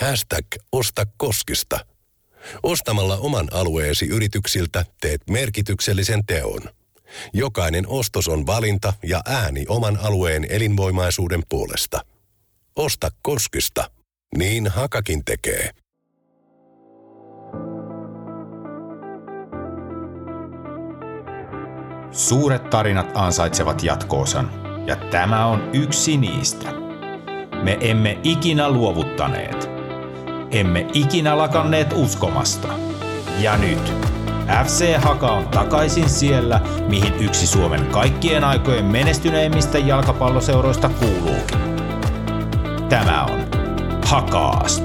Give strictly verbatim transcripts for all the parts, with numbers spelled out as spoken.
Hashtag Osta Koskista. Ostamalla oman alueesi yrityksiltä teet merkityksellisen teon. Jokainen ostos on valinta ja ääni oman alueen elinvoimaisuuden puolesta. Osta Koskista. Niin Hakakin tekee. Suuret tarinat ansaitsevat jatkoosan, ja tämä on yksi niistä. Me emme ikinä luovuttaneet. Emme ikinä lakanneet uskomasta. Ja nyt F C Haka on takaisin siellä, mihin yksi Suomen kaikkien aikojen menestyneimmistä jalkapalloseuroista kuuluukin. Tämä on Hakaast.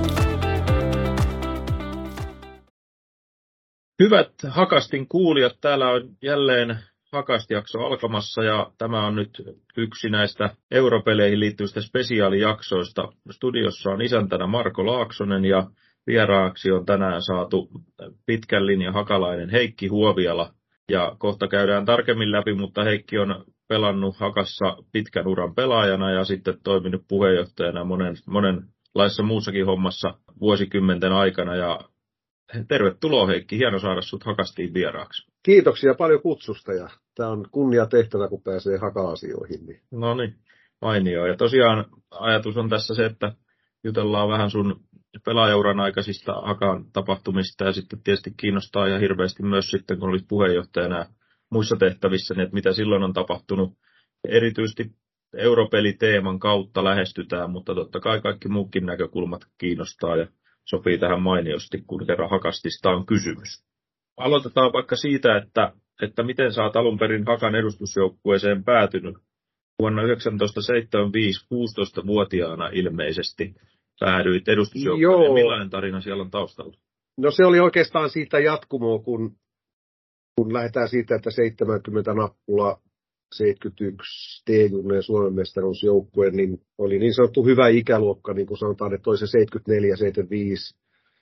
Hyvät Hakastin kuulijat, täällä on jälleen Hakast-jakso alkamassa ja tämä on nyt yksi näistä europeleihin liittyvistä spesiaalijaksoista. Studiossa on isäntänä Marko Laaksonen ja vieraaksi on tänään saatu pitkän linjan hakalainen Heikki Huoviala. Ja kohta käydään tarkemmin läpi, mutta Heikki on pelannut Hakassa pitkän uran pelaajana ja sitten toiminut puheenjohtajana monen, monenlaisessa muussakin hommassa vuosikymmenten aikana. Ja tervetuloa Heikki, hieno saada sut Hakastiin vieraaksi. Kiitoksia paljon kutsusta ja tämä on kunnia tehtävä, kun pääsee Haka-asioihin. Niin. No niin, mainio. Ja tosiaan ajatus on tässä se, että jutellaan vähän sun pelaajauran aikaisista Hakan tapahtumista ja sitten tietysti kiinnostaa ja hirveästi myös sitten, kun olit puheenjohtajana ja muissa tehtävissä, niin että mitä silloin on tapahtunut. Erityisesti europeliteeman kautta lähestytään, mutta totta kai kaikki muukin näkökulmat kiinnostaa ja sopii tähän mainiosti, kun kerran Hakastista on kysymys. Aloitetaan vaikka siitä, että, että miten sä oot alun perin Hakan edustusjoukkueeseen päätynyt. Vuonna yhdeksäntoistaseitsemänkymmentäviisi, kuusitoistavuotiaana ilmeisesti päädyit edustusjoukkueeseen. Millainen tarina siellä on taustalla? No se oli oikeastaan siitä jatkumoa, kun, kun lähdetään siitä, että seitsemänkymmentä nappula, seitsemänkymmentäyksi T-junnojen Suomen mestaruusjoukkue, niin oli niin sanottu hyvä ikäluokka, niin kuin sanotaan, että toisen seitsemänkymmentäneljä seitsemänkymmentäviisi.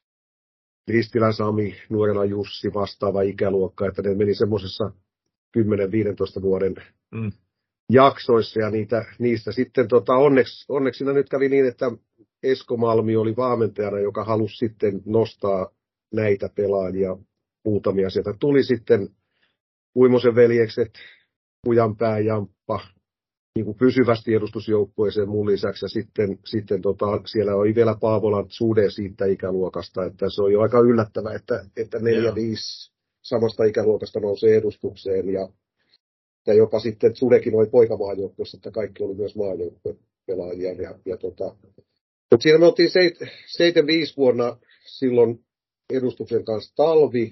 Ristilän Sami, nuorena Jussi, vastaava ikäluokka, että ne meni semmoisessa kymmenen viisitoista vuoden mm. jaksoissa, ja niitä, niistä sitten tota, onneksi, onneksi nyt kävi niin, että Esko Malmi oli valmentajana, joka halusi sitten nostaa näitä pelaajia, muutamia sieltä. Tuli sitten Uimosen veljekset, Kujanpää, Jamppa, niin kuin pysyvästi edustusjoukkueeseen mun lisäksi, ja sitten, sitten tota, siellä oli vielä Paavolan Sude siitä ikäluokasta, että se on jo aika yllättävää, että, että neljä viisi samasta ikäluokasta nousee edustukseen, ja, ja jopa sitten Sudekin oli poikamaajoukkueessa, että kaikki oli myös maajoukkuepelaajia, ja, ja tota, mutta siinä me oltiin seitsemänkymmentäviisi vuonna silloin edustuksen kanssa talvi,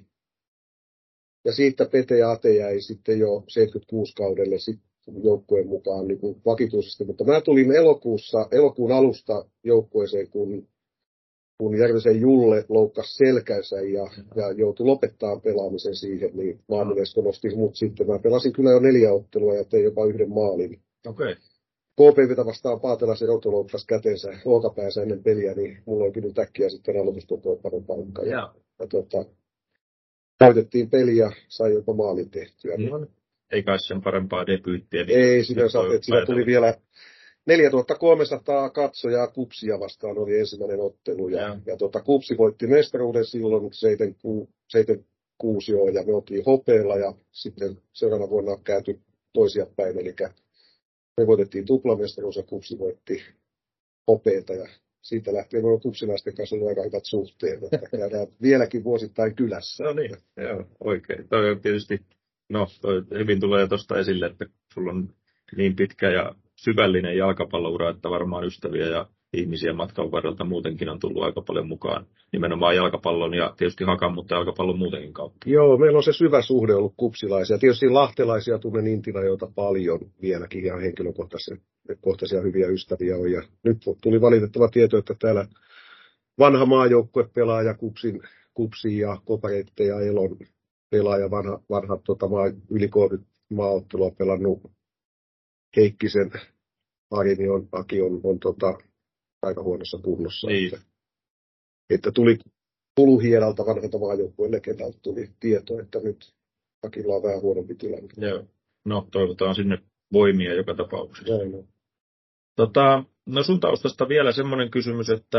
ja siitä Pete ja Ate jäi sitten jo seitsemänkymmentäkuusi kaudelle sitten joukkueen mukaan niin kuin vakituisesti, mutta mä tulin elokuussa, elokuun alusta joukkueeseen, kun, kun Järvisen Julle loukkasi selkänsä ja, ja joutui lopettaa pelaamisen siihen, niin Maanulesko nosti mut sitten. Mä pelasin kyllä jo neljä ottelua ja tein jopa yhden maalin. Okay. K P V:tä vastaan Paatelaisen Outo loukkasi kätensä olkapäänsä ennen peliä, niin mulla onkin nyt äkkiä sitten aloituskokoonpanon paikka. Ja, ja, ja tota, täytettiin peliä, sai jopa maalin tehtyä. Mm. Ei kai sen parempaa debyyttiä. Niin ei, siinä, saa, että siinä tuli vielä neljätuhattakolmesataa katsojaa Kupsia vastaan oli ensimmäinen ottelu. Ja, ja. ja tota, Kupsi voitti mestaruuden silloin seitsemänkymmentäkuusi joo, ja me oltiin hopeella ja sitten seuraavana vuonna on käyty toisia päin. Eli me voitettiin tuplamestaruus ja Kupsi voitti hopeeta ja siitä lähtien meillä on kupsilaisten kanssa ollut aika hyvät suhteet, että käydään vieläkin vuosittain kylässä. No niin, joo, oikein. Toi on tietysti, no toi hyvin tulee tuosta esille, että sulla on niin pitkä ja syvällinen jalkapalloura, että varmaan ystäviä ja ihmisiä matkan varrelta muutenkin on tullut aika paljon mukaan. Nimenomaan jalkapallon ja tietysti Hakan, mutta jalkapallon muutenkin kautta. Joo, meillä on se syvä suhde ollut kupsilaisia. Tietysti lahtelaisia tunnen Intilajoita paljon vieläkin ja henkilökohtaisia hyviä ystäviä on. Ja nyt tuli valitettava tieto, että täällä vanha maajoukkue pelaaja Kupsin, Kupsin ja Kopareitten ja Elon pelaaja, vanha, vanha tota, maa, yli kolmekymmentä maaottelua pelannut Heikkisen Arini on, Aki on, on tota, aika huonossa kunnossa. Niin. Että, että tuli Puluhiedalta vanhalta maajoukkueen legendalta tuli tieto, että nyt Akilla on vähän huonompi tilanne. Joo. No, toivotaan sinne voimia joka tapauksessa. Näin on. Tota, no sun taustasta vielä semmoinen kysymys, että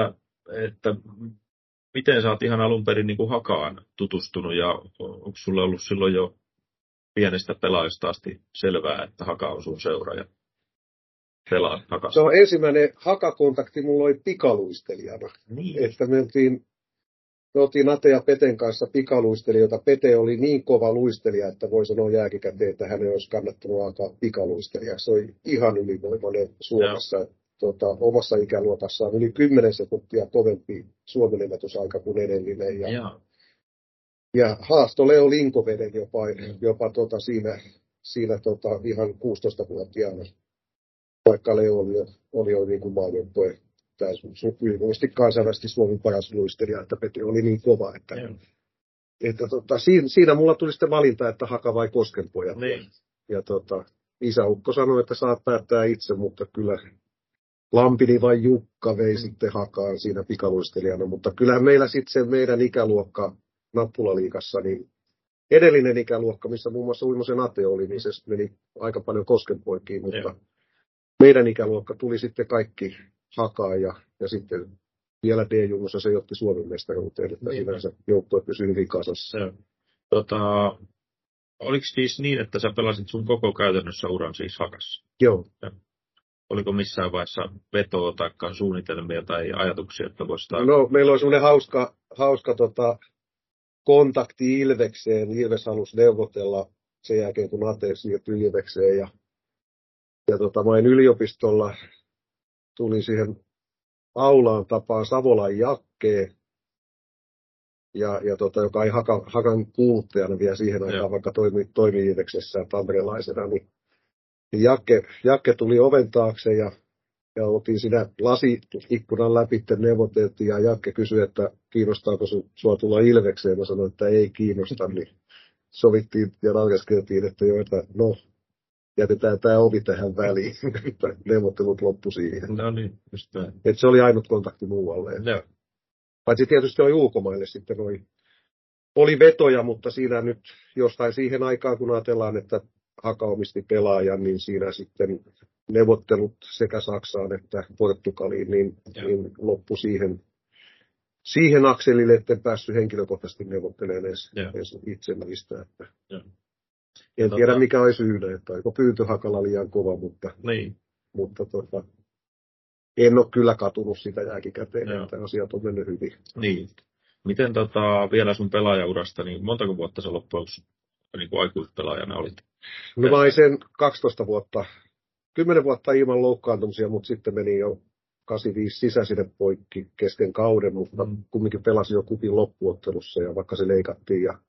että miten sä oot ihan alun perin niin kuin Hakaan tutustunut ja onko sulle ollut silloin jo pienestä pelaajasta asti selvää, että Haka on sun seura ja pelaat Hakassa? No ensimmäinen Haka-kontakti mulla oli pikaluistelijana. Niin. Että me oltiin, me oltiin Ate ja Peten kanssa pikaluistelijoita. Pete oli niin kova luistelija, että voi sanoa jälkikäteen, että hänen olisi kannattanut alkaa pikaluistelijaksi. Se oli ihan ylivoimainen Suomessa. Tota, omassa ikäluokassaan yli kymmenen sekuntia kovempi Suomen ennätysaika kuin edellinen. Ja, ja. ja haasto Leo Linkoveden jopa, jopa tota siinä, siinä tota ihan kuusitoistavuotiaana. Vaikka Leo oli, oli jo niin kuin maajoukkojen ylivoimaisesti kansainvälisesti Suomen paras luistelija, että Pete oli niin kova, että, että tota, siinä, siinä mulla tuli sitten valinta, että Haka vai Koskenpojat. Niin. Ja tota, isäukko sanoi, että saat päättää itse, mutta kyllä Lampini vai Jukka vei mm. sitten Hakaan siinä pikaluistelijana, mutta kyllähän meillä sitten se meidän ikäluokka Nappulaliigassa, niin edellinen ikäluokka, missä muun muassa Uimosen Ate oli, niin se meni aika paljon Koskenpoikiin, mutta ja. meidän ikäluokka tuli sitten kaikki Hakaan ja, ja sitten vielä D-junnussa se jotti Suomen mestaruuteen, että niin. siinä se joukkue pysyi hyvin kasassa. Tota, oliko siis niin, että sä pelasit sun koko käytännössä uran siis Hakassa? Joo. Ja. Oliko missään vaiheessa vetoa tai suunnitelmia tai ajatuksia, että voisi tar- No, meillä oli semmoinen hauska, hauska tota, kontakti Ilvekseen. Ilves halusi neuvotella sen jälkeen, kun Ate siirtyi Ilvekseen. Ja, ja tota, mä yliopistolla tuli siihen aulaan tapaan Savolan Jakkeen, ja, ja tota, joka ei Haka, Hakan kuuluttajana vielä siihen aikaan, ja. vaikka toimi, toimi Ilveksessä tamperelaisena, niin Jakke, Jakke tuli oven taakse ja, ja oltiin siinä lasi-ikkunan läpi, neuvoteltiin ja Jakke kysyi, että kiinnostaako sinua tulla Ilvekseen. Mä sanoin, että ei kiinnosta, niin sovittiin ja nauraskeltiin, että jo, että no, jätetään tämä ovi tähän väliin. Neuvottelut loppu siihen. No niin, just näin. Et se oli ainut kontakti muualle. No. Paitsi tietysti oli ulkomaille sitten oli, oli vetoja, mutta siinä nyt jostain siihen aikaan, kun ajatellaan, että Haka omisti pelaajan, niin siinä sitten neuvottelut sekä Saksaan että Portugaliin, niin, niin loppu siihen, siihen akselille, etten päässyt henkilökohtaisesti neuvottelemaan edes, edes itse niistä. Että en tiedä, tota... mikä oli syynä, että oliko pyyntö Hakalla liian kova, mutta, niin. mutta tota, en ole kyllä katunut sitä jälkikäteen, Joo. että asiat on mennyt hyvin. Niin. Miten tota, vielä sun pelaajaurasta, niin montako vuotta sä loppujen niin kuin aikuispelaajana olit? No mä olin sen kaksitoista vuotta, kymmenen vuotta ilman loukkaantumisia, mutta sitten meni jo kahdeksankymmentäviisi sisäside poikki kesken kauden, mutta mm. kumminkin pelasin jo kupin loppuottelussa ja vaikka se leikattiin. Ja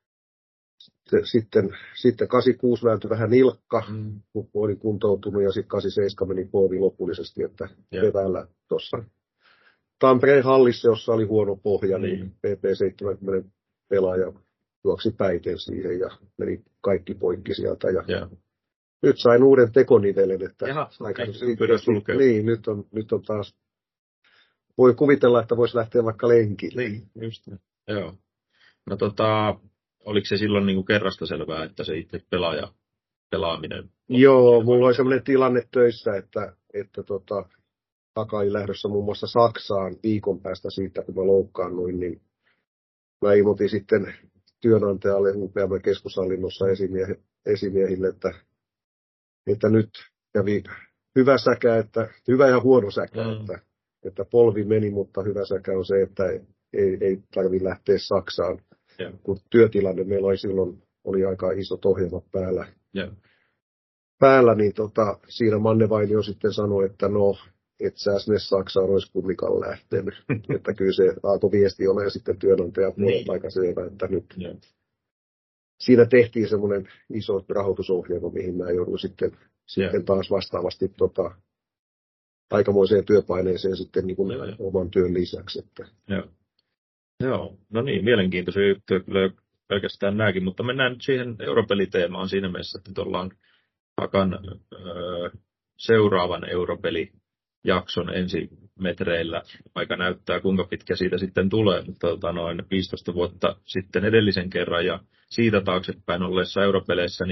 se, sitten, sitten kahdeksankymmentäkuusi vääntyi vähän nilkka, mm. kun olin kuntoutunut ja sitten kahdeksankymmentäseitsemän meni polvi lopullisesti, että keväällä tuossa Tampereen hallissa, jossa oli huono pohja, niin mm. P P seitsemänkymmentä pelaaja juoksi päiten siihen ja meni kaikki poikki sieltä. Ja yeah. Nyt sain uuden tekonivelen, että Jaha, aika okay. niin, nyt on, nyt on taas, voi kuvitella, että voisi lähteä vaikka lenkille. Niin, just niin. Joo. No tota, oliko se silloin niin kuin kerrasta selvää, että se itse pelaaja, pelaaminen? Joo, mulla oli sellainen tilanne töissä, että, että tota, Haka lähdössä muun muassa Saksaan viikon päästä siitä, kun mä loukkaannuin, niin mä ilmoitin sitten työnantajalle U P M keskushallinnossa esimie- esimiehille, että, että nyt kävi hyvä säkä, että hyvä ja huono säkä, mm. että, että polvi meni, mutta hyvä säkä on se, että ei, ei tarvitse lähteä Saksaan, yeah. kun työtilanne meillä oli silloin oli aika isot ohjelmat päällä. Yeah. Päällä, niin tota, siinä Manne Vainio sitten sanoi, että no, et sä sinne Saksaan olisi kumminkaan lähtenyt. Että kyllä se alkoi viesti olla ja sitten työnantaja puolelta aika selvä, että nyt. Yeah. Siinä tehtiin semmoinen iso rahoitusohjelma, mihin mä joudun sitten, yeah. sitten taas vastaavasti tota, aikamoiseen työpaineeseen sitten niin kuin yeah, yeah. oman työn lisäksi. Että. Yeah. Joo, no niin, mielenkiintoisia juttuja kyllä pelkästään nämäkin, mutta mennään nyt siihen europeliteemaan siinä mielessä, että ollaan Hakan öö, seuraavan europelijakson ensimetreillä. Aika näyttää, kuinka pitkä siitä sitten tulee, mutta tota, noin viisitoista vuotta sitten edellisen kerran ja siitä taaksepäin olleissa europeleissä, niin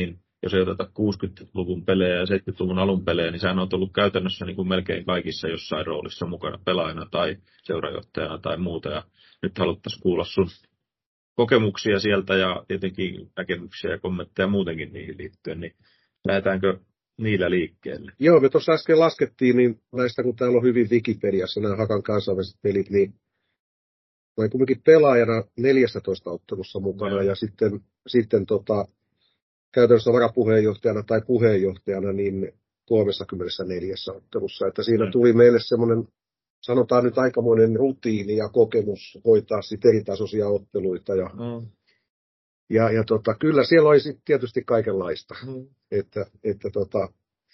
jos ei oteta kuusikymmentäluvun pelejä ja seitsemänkymmentäluvun alun pelejä, niin sehän on ollut käytännössä niin kuin melkein kaikissa jossain roolissa mukana pelaajana tai seurajohtajana tai muuta. Ja nyt haluttaisiin kuulla sun kokemuksia sieltä ja tietenkin näkemyksiä ja kommentteja muutenkin niihin liittyen, niin lähdetäänkö niillä liikkeelle? Joo, me tuossa äsken laskettiin, niin näistä kun täällä on hyvin Wikipediassa nämä Hakan kansainväliset pelit, niin olen kuitenkin pelaajana neljätoista ottelussa mukana, ja, ja sitten, sitten tota, käytännössä varapuheenjohtajana tai puheenjohtajana niin kolmekymmentäneljä ottelussa. Että siinä tuli meille semmoinen, sanotaan nyt aikamoinen rutiini ja kokemus hoitaa sitten eri tasoisia otteluita. Ja, mm. ja, ja tota, kyllä siellä oli sitten tietysti kaikenlaista. Mm. Että, että tota,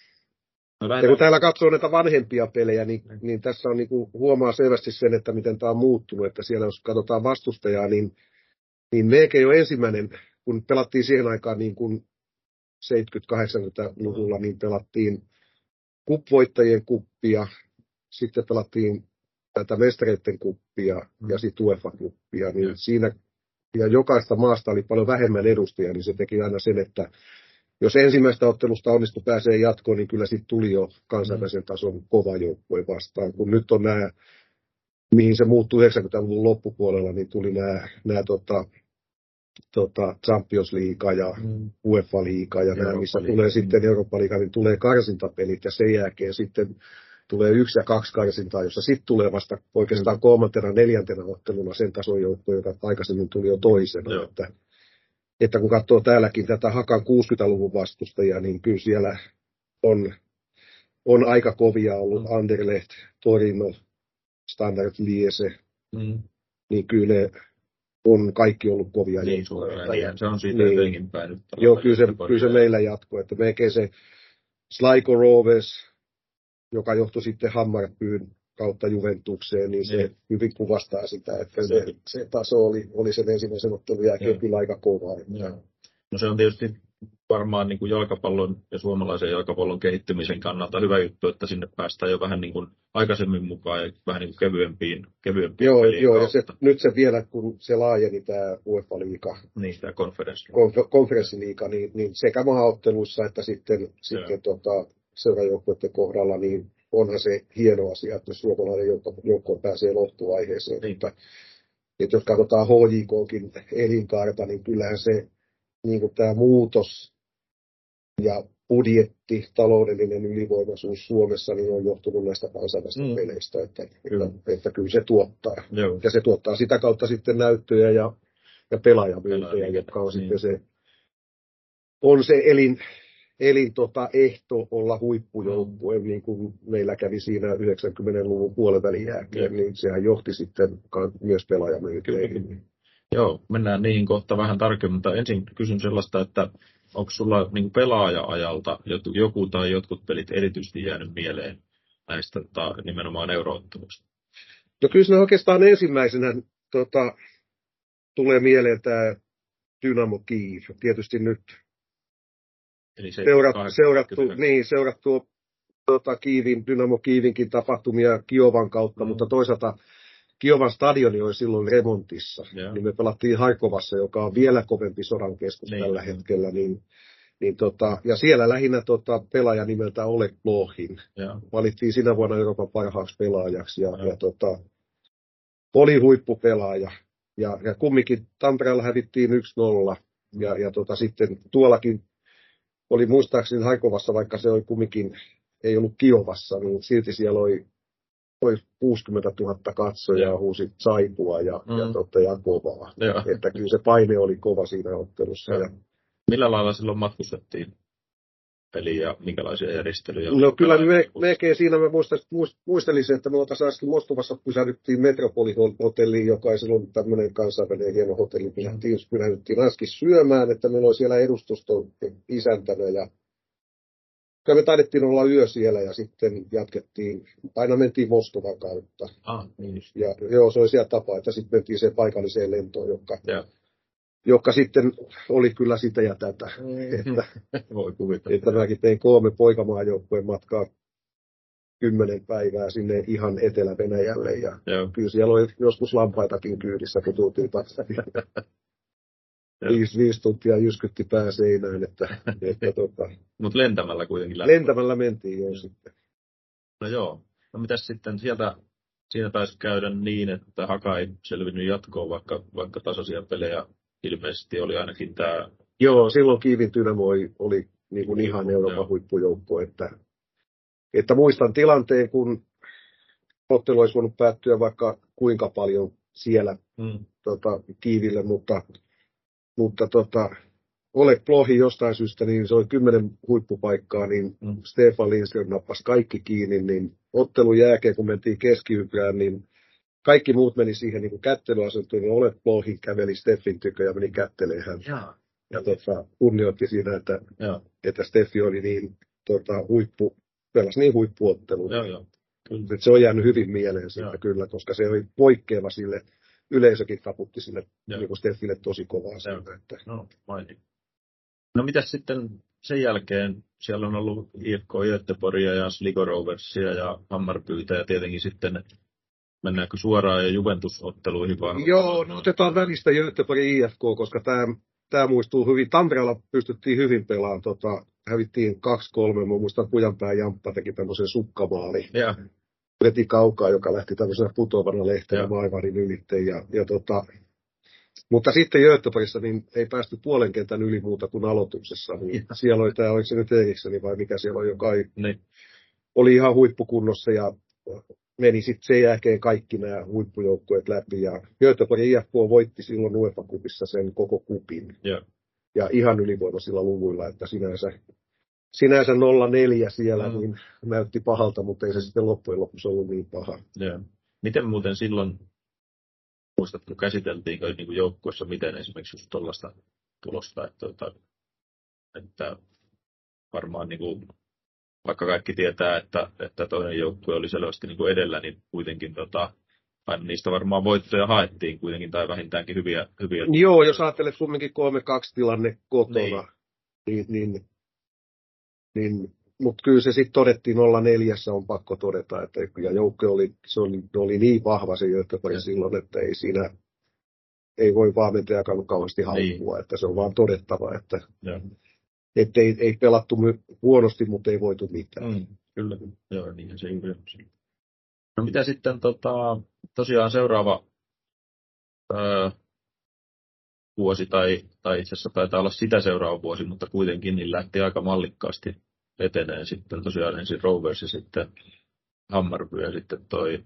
no, ja kun täällä katsoo näitä vanhempia pelejä, niin, mm. niin tässä on, niin kuin, huomaa selvästi sen, että miten tämä on muuttunut. Että siellä jos katsotaan vastustajaa, niin, niin melkein jo ensimmäinen, kun pelattiin siihen aikaan niin kuin seitsemänkymmentä-kahdeksankymmentäluvulla, niin pelattiin kuppvoittajien kuppia, sitten pelattiin tätä mestareiden kuppia mm. ja sitten UEFA-kuppia. Niin mm. siinä, ja jokaista maasta oli paljon vähemmän edustajia, niin se teki aina sen, että jos ensimmäistä ottelusta onnistui pääsee jatkoon, niin kyllä sitten tuli jo kansainvälisen tason kova joukkue vastaan. Kun nyt on nämä, mihin se muuttui yhdeksänkymmentäluvun loppupuolella, niin tuli nämä, nämä tota, tota, Champions League ja mm. UEFA-liiga ja nämä, missä tulee sitten Eurooppa-liiga, niin tulee karsintapelit ja sen jälkeen sitten tulee yksi ja kaksi karsintaa, jossa sitten tulee vasta oikeastaan kolmantena, neljäntenä otteluna sen tason joukko, joka aikaisemmin tuli jo toisena. Että, että kun katsoo täälläkin tätä Hakan kuusikymmentäluvun vastustajia, niin kyllä siellä on, on aika kovia ollut mm. Anderlecht, Torino, Standard Liese, mm. niin kyllä ne on kaikki ollut kovia niin, joukkoja. Se on siitä niin, jotenkin päin. Joo, kyllä se, kyllä se meillä jatkuu. Että melkein se Sligo Rovers, joka johtui sitten Hammarbyyn kautta Juventukseen, niin se niin. hyvin kuvastaa sitä, että se, se taso oli, oli sen ensimmäisen ottelun jälkeen kyllä aika kovaa. No se on tietysti varmaan niin kuin jalkapallon ja suomalaisen jalkapallon kehittymisen kannalta hyvä juttu, että sinne päästään jo vähän niin kuin aikaisemmin mukaan ja vähän niin kuin kevyempiin, kevyempiin joo, joo, ja se, nyt se vielä, kun se laajeni tämä UEFA-liiga, niin, tämä konferenssiliiga, konfer, konferenssiliiga niin, niin sekä maaotteluissa että sitten, sitten tota, seurajoukkueiden kohdalla, niin onhan se hieno asia, että suomalainen joukko, joukko pääsee loppuvaiheeseen. Niin. Että, että jos katsotaan H J K:kin elinkaarta, niin kyllähän se niin kuin tämä muutos ja budjetti, taloudellinen ylivoimaisuus Suomessa niin on johtunut näistä kansainvälisistä mm. peleistä, että, kyllä. Että, että kyllä se tuottaa. Joo. Ja se tuottaa sitä kautta sitten näyttöjä ja, ja pelaajamyyntejä, jotka on niin. sitten se, on se elin, elin tota, ehto olla huippujoukkue, mm. niin kuin meillä kävi siinä yhdeksänkymmentäluvun puolivälin jälkeen, mm. niin sehän johti sitten myös pelaajamyynteihin. Joo, mennään niihin kohta vähän tarkemmin, mutta ensin kysyn sellaista, että onko sulla niin pelaaja-ajalta joku tai jotkut pelit erityisesti jäänyt mieleen näistä ta, nimenomaan eurootteluista? No kyllä se oikeastaan ensimmäisenä tota, tulee mieleen tämä Dynamo Kyiv. Tietysti nyt Eli seurat, seurattu, niin, seurattu tota, Kiivin, Dynamo Kiivinkin tapahtumia Kiovan kautta, mm. mutta toisaalta Kiovan stadioni oli silloin remontissa, yeah. niin me pelattiin Harkovassa, joka on vielä kovempi sodan keskus niin, tällä hetkellä. Niin, niin tota, ja siellä lähinnä tota, pelaaja nimeltä Oleg Blokhin. Yeah. Valittiin sinä vuonna Euroopan parhaaksi pelaajaksi ja, yeah. ja tota, oli huippupelaaja. Ja, ja kumminkin Tampereella hävittiin yksi nolla. Ja, ja tota, sitten tuollakin oli muistaakseni Harkovassa, vaikka se oli kumminkin, ei ollut Kiovassa, niin silti siellä oli Oli kuusikymmentätuhatta katsojaa, huusi saipua ja, mm. ja, totta, ja kovaa. Joo. Että kyllä se paine oli kova siinä ottelussa. Ja... Millä lailla silloin matkustettiin peliä ja minkälaisia järjestelyjä? No kyllä me, melkein siinä mä muistelisin, että me oltaisiin Moskovassa pysähdyttiin Metropoli-hotelliin, joka ei silloin tämmöinen kansainvälinen hieno hotelli. Pysähdyttiin, pysähdyttiin Anskin syömään, että meillä oli siellä edustuston isäntänä ja kyllä me taidettiin olla yö siellä ja sitten jatkettiin, aina mentiin Moskovan kautta. Ah, niin. Ja joo, se oli siellä tapa, että sitten mentiin siihen paikalliseen lentoon, joka, joka sitten oli kyllä sitä ja tätä. Mm. Että, Voi kuvitella. Että mäkin tein kolme poikamaajoukkueen matkaa kymmenen päivää sinne ihan Etelä-Venäjälle. Ja joo. Kyllä siellä oli joskus lampaitakin kyydissä, kun tultiin takaisin. viisi, viisi tuntia jyskytti pää seinään, että, että tota, mutta lentämällä kuitenkin läpi. Lentämällä mentiin jo sitten. No joo. No mitäs sitten sieltä, siinä taisi käydä niin, että Haka ei selvinnyt jatkoon, vaikka, vaikka tasaisia pelejä ilmeisesti oli ainakin tämä. Joo, silloin Kiivin Dynamo oli, oli niin kuin ihan Euroopan huippujoukko, että, että muistan tilanteen, kun ottelu olisi voinut päättyä vaikka kuinka paljon siellä mm. tota, Kiiville, mutta, mutta tota, Oleg Blohi jostain syystä, niin se oli kymmenen huippupaikkaa, niin mm. Stefan Lindström nappasi kaikki kiinni, niin ottelun jälkeen, kun mentiin keskiympyrään, niin kaikki muut meni siihen niin kättelyasentoon, niin Oleg Blohi käveli Steffin tykö ja meni kättelemään hän. Ja, ja tota, kunnioitti siinä, että, että Steffi oli niin tota, huippu, pelasi niin huippuottelun. Joo, joo. Se on jäänyt hyvin mieleen siitä kyllä, koska se oli poikkeava sille, yleisökin taputti sille niin kuin Steffille tosi kovaa siitä. Että... No, maini. No mitäs sitten sen jälkeen, siellä on ollut I F K Göteborgia ja Sligo Roversia ja Hammarbytä ja tietenkin sitten mennäänkö suoraan ja Juventus-otteluihin vaan? Joo, no otetaan välistä Göteborgin I F K, koska tämä, tämä muistuu hyvin. Tampereella pystyttiin hyvin pelaamaan, tota, hävittiin kaksi kolme, mä muistan Pujanpää Jamppa teki tämmöisen sukkamaali. Ja. Veti kaukaa, joka lähti tämmöisenä putoavana lehtenä Maivarin ylitteen. Ja, ja tota, mutta sitten Göteborgissa niin ei päästy puolen kentän yli muuta kuin aloituksessa. Niin siellä oli tämä, oliko se nyt Erikseni vai mikä siellä oli, joka ei, oli ihan huippukunnossa ja meni sitten sen jälkeen kaikki nämä huippujoukkueet läpi. Ja Göteborgin I F K voitti silloin UEFA-kupissa sen koko kupin. Ja, ja ihan ylivoimaisilla luvuilla, että sinänsä, sinänsä nolla neljä siellä mm. niin näytti pahalta, mutta ei se sitten loppujen lopuksi ollut niin paha. Ja. Miten muuten silloin, muistatko, käsiteltiinkö niin joukkueessa, miten esimerkiksi just tuollaista tulosta, että, että, että varmaan niin kuin, vaikka kaikki tietää, että, että toinen joukkue oli selvästi niin kuin edellä, niin kuitenkin tota, aina niistä varmaan voittoja haettiin kuitenkin, tai vähintäänkin hyviä. hyviä Joo, jos ajattelet kumminkin kolme kaksi tilanne kotona, niin, niin, niin, niin mutta kyllä se sitten todettiin nolla neljä, on pakko todeta, että ja joukko oli, se oli, oli niin vahva se Göteborg silloin, että ei siinä, ei voi valmentajakaan kauheasti haukkua, että se on vaan todettava, että että ei, ei pelattu huonosti, mutta ei voitu mitään. Mm, kyllä, joo, niin se juuri on. No mitä sitten tota, tosiaan seuraava öö, vuosi, tai, tai itse asiassa taitaa olla sitä seuraava vuosi, mutta kuitenkin niin lähti aika mallikkaasti eteneen sitten tosiaan ensin Rovers ja sitten Hammarby ja sitten toi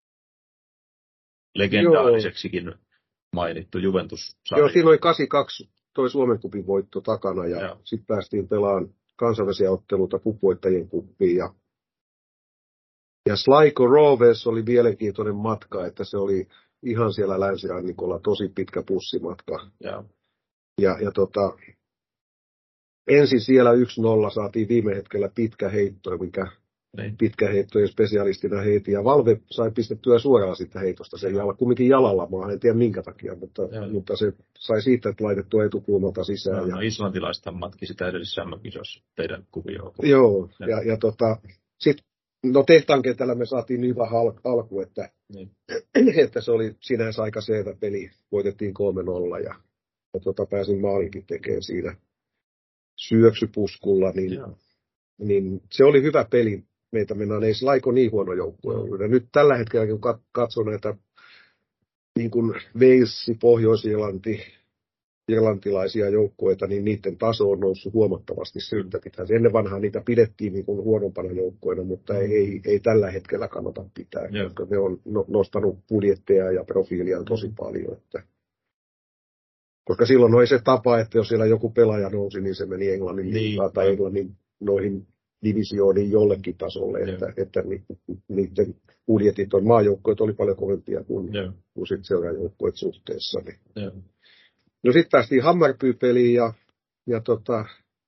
legendaariseksikin joo. mainittu Juventus-sarja. Joo, siinä oli kahdeksankymmentäkaksi toi Suomen kupin voitto takana ja sitten päästiin pelaamaan kansainvälisiä otteluita kupvoittajien kuppiin. Ja, ja Sligo Rovers oli mielenkiintoinen matka, että se oli ihan siellä länsirannikolla tosi pitkä bussimatka. Ja, ja, ja tota, ensin siellä yksi nolla saatiin viime hetkellä pitkä heitto, mikä niin. pitkä heittojen spesialistina heiti. Ja Valve sai pistettyä suoraan siitä heitosta sen jala, kumminkin jalalla maa, en tiedä minkä takia, mutta, mutta se sai siitä, että laitettua etukulmalta sisään. No, ja... no islantilaiset matki sitä edellisissä M M-kisoissa teidän kuvioon. Joo, ja, ja, ja tota, sitten no tehtaan kentällä me saatiin niin hyvä alku, että, niin. että se oli sinänsä aika selvä peli. Voitettiin kolme nolla ja, ja tota, pääsin maalinkin tekemään siinä syöksypuskulla, niin, niin se oli hyvä peli. Meitä mennään, ei Sligo niin huono joukkue ollut. Ja nyt tällä hetkellä, kun katsoo näitä niin kuin Wales, Pohjois-Irlanti, irlantilaisia joukkueita, niin niiden taso on noussut huomattavasti syyttä pitää. Ennen vanhaa niitä pidettiin niin kuin huonompana joukkueena, mutta ei, ei, ei tällä hetkellä kannata pitää, yeah. koska ne on nostanut budjetteja ja profiilia tosi paljon. Että koska silloin oli se tapa, että jos siellä joku pelaaja nousi, niin se meni Englannin niin. liigaan tai Englannin noihin divisiooniin jollekin tasolle, yeah. että, että ni, niiden budjetit on, maajoukkueet oli paljon kovempia kuin, yeah. kuin sitten seuraajoukkueet suhteessa. Niin. Yeah. No sitten päästiin Hammarby-peliin ja, ja tota,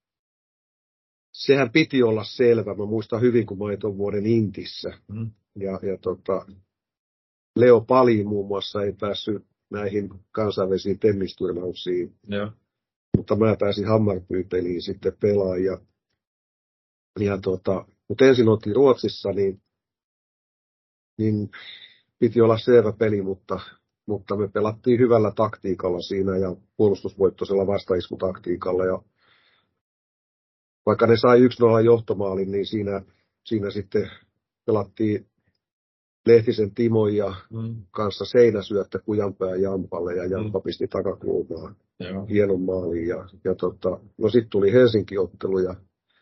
sehän piti olla selvä. Mä muistan hyvin, kun mä olin tuon vuoden Intissä. Mm. Ja, ja tota, Leo Pali muun muassa ei päässyt näihin kansainvälisiin tennisturnauksiin. Yeah. Mutta mä pääsin Hammarby-peliin sitten pelaan. Ja, ja tota, mutta ensin oltiin Ruotsissa, niin, niin piti olla selvä peli, mutta mutta me pelattiin hyvällä taktiikalla siinä ja puolustusvoittoisella vastaiskutaktiikalla. Ja vaikka ne sai yksi nolla johtomaalin, niin siinä, siinä sitten pelattiin Lehtisen Timo ja mm. kanssa seinäsyöttä Kujanpää Jampalle ja Jampa mm. pisti takakulmaan hienon maaliin. Ja, ja tota, no sitten tuli Helsinki-ottelu ja,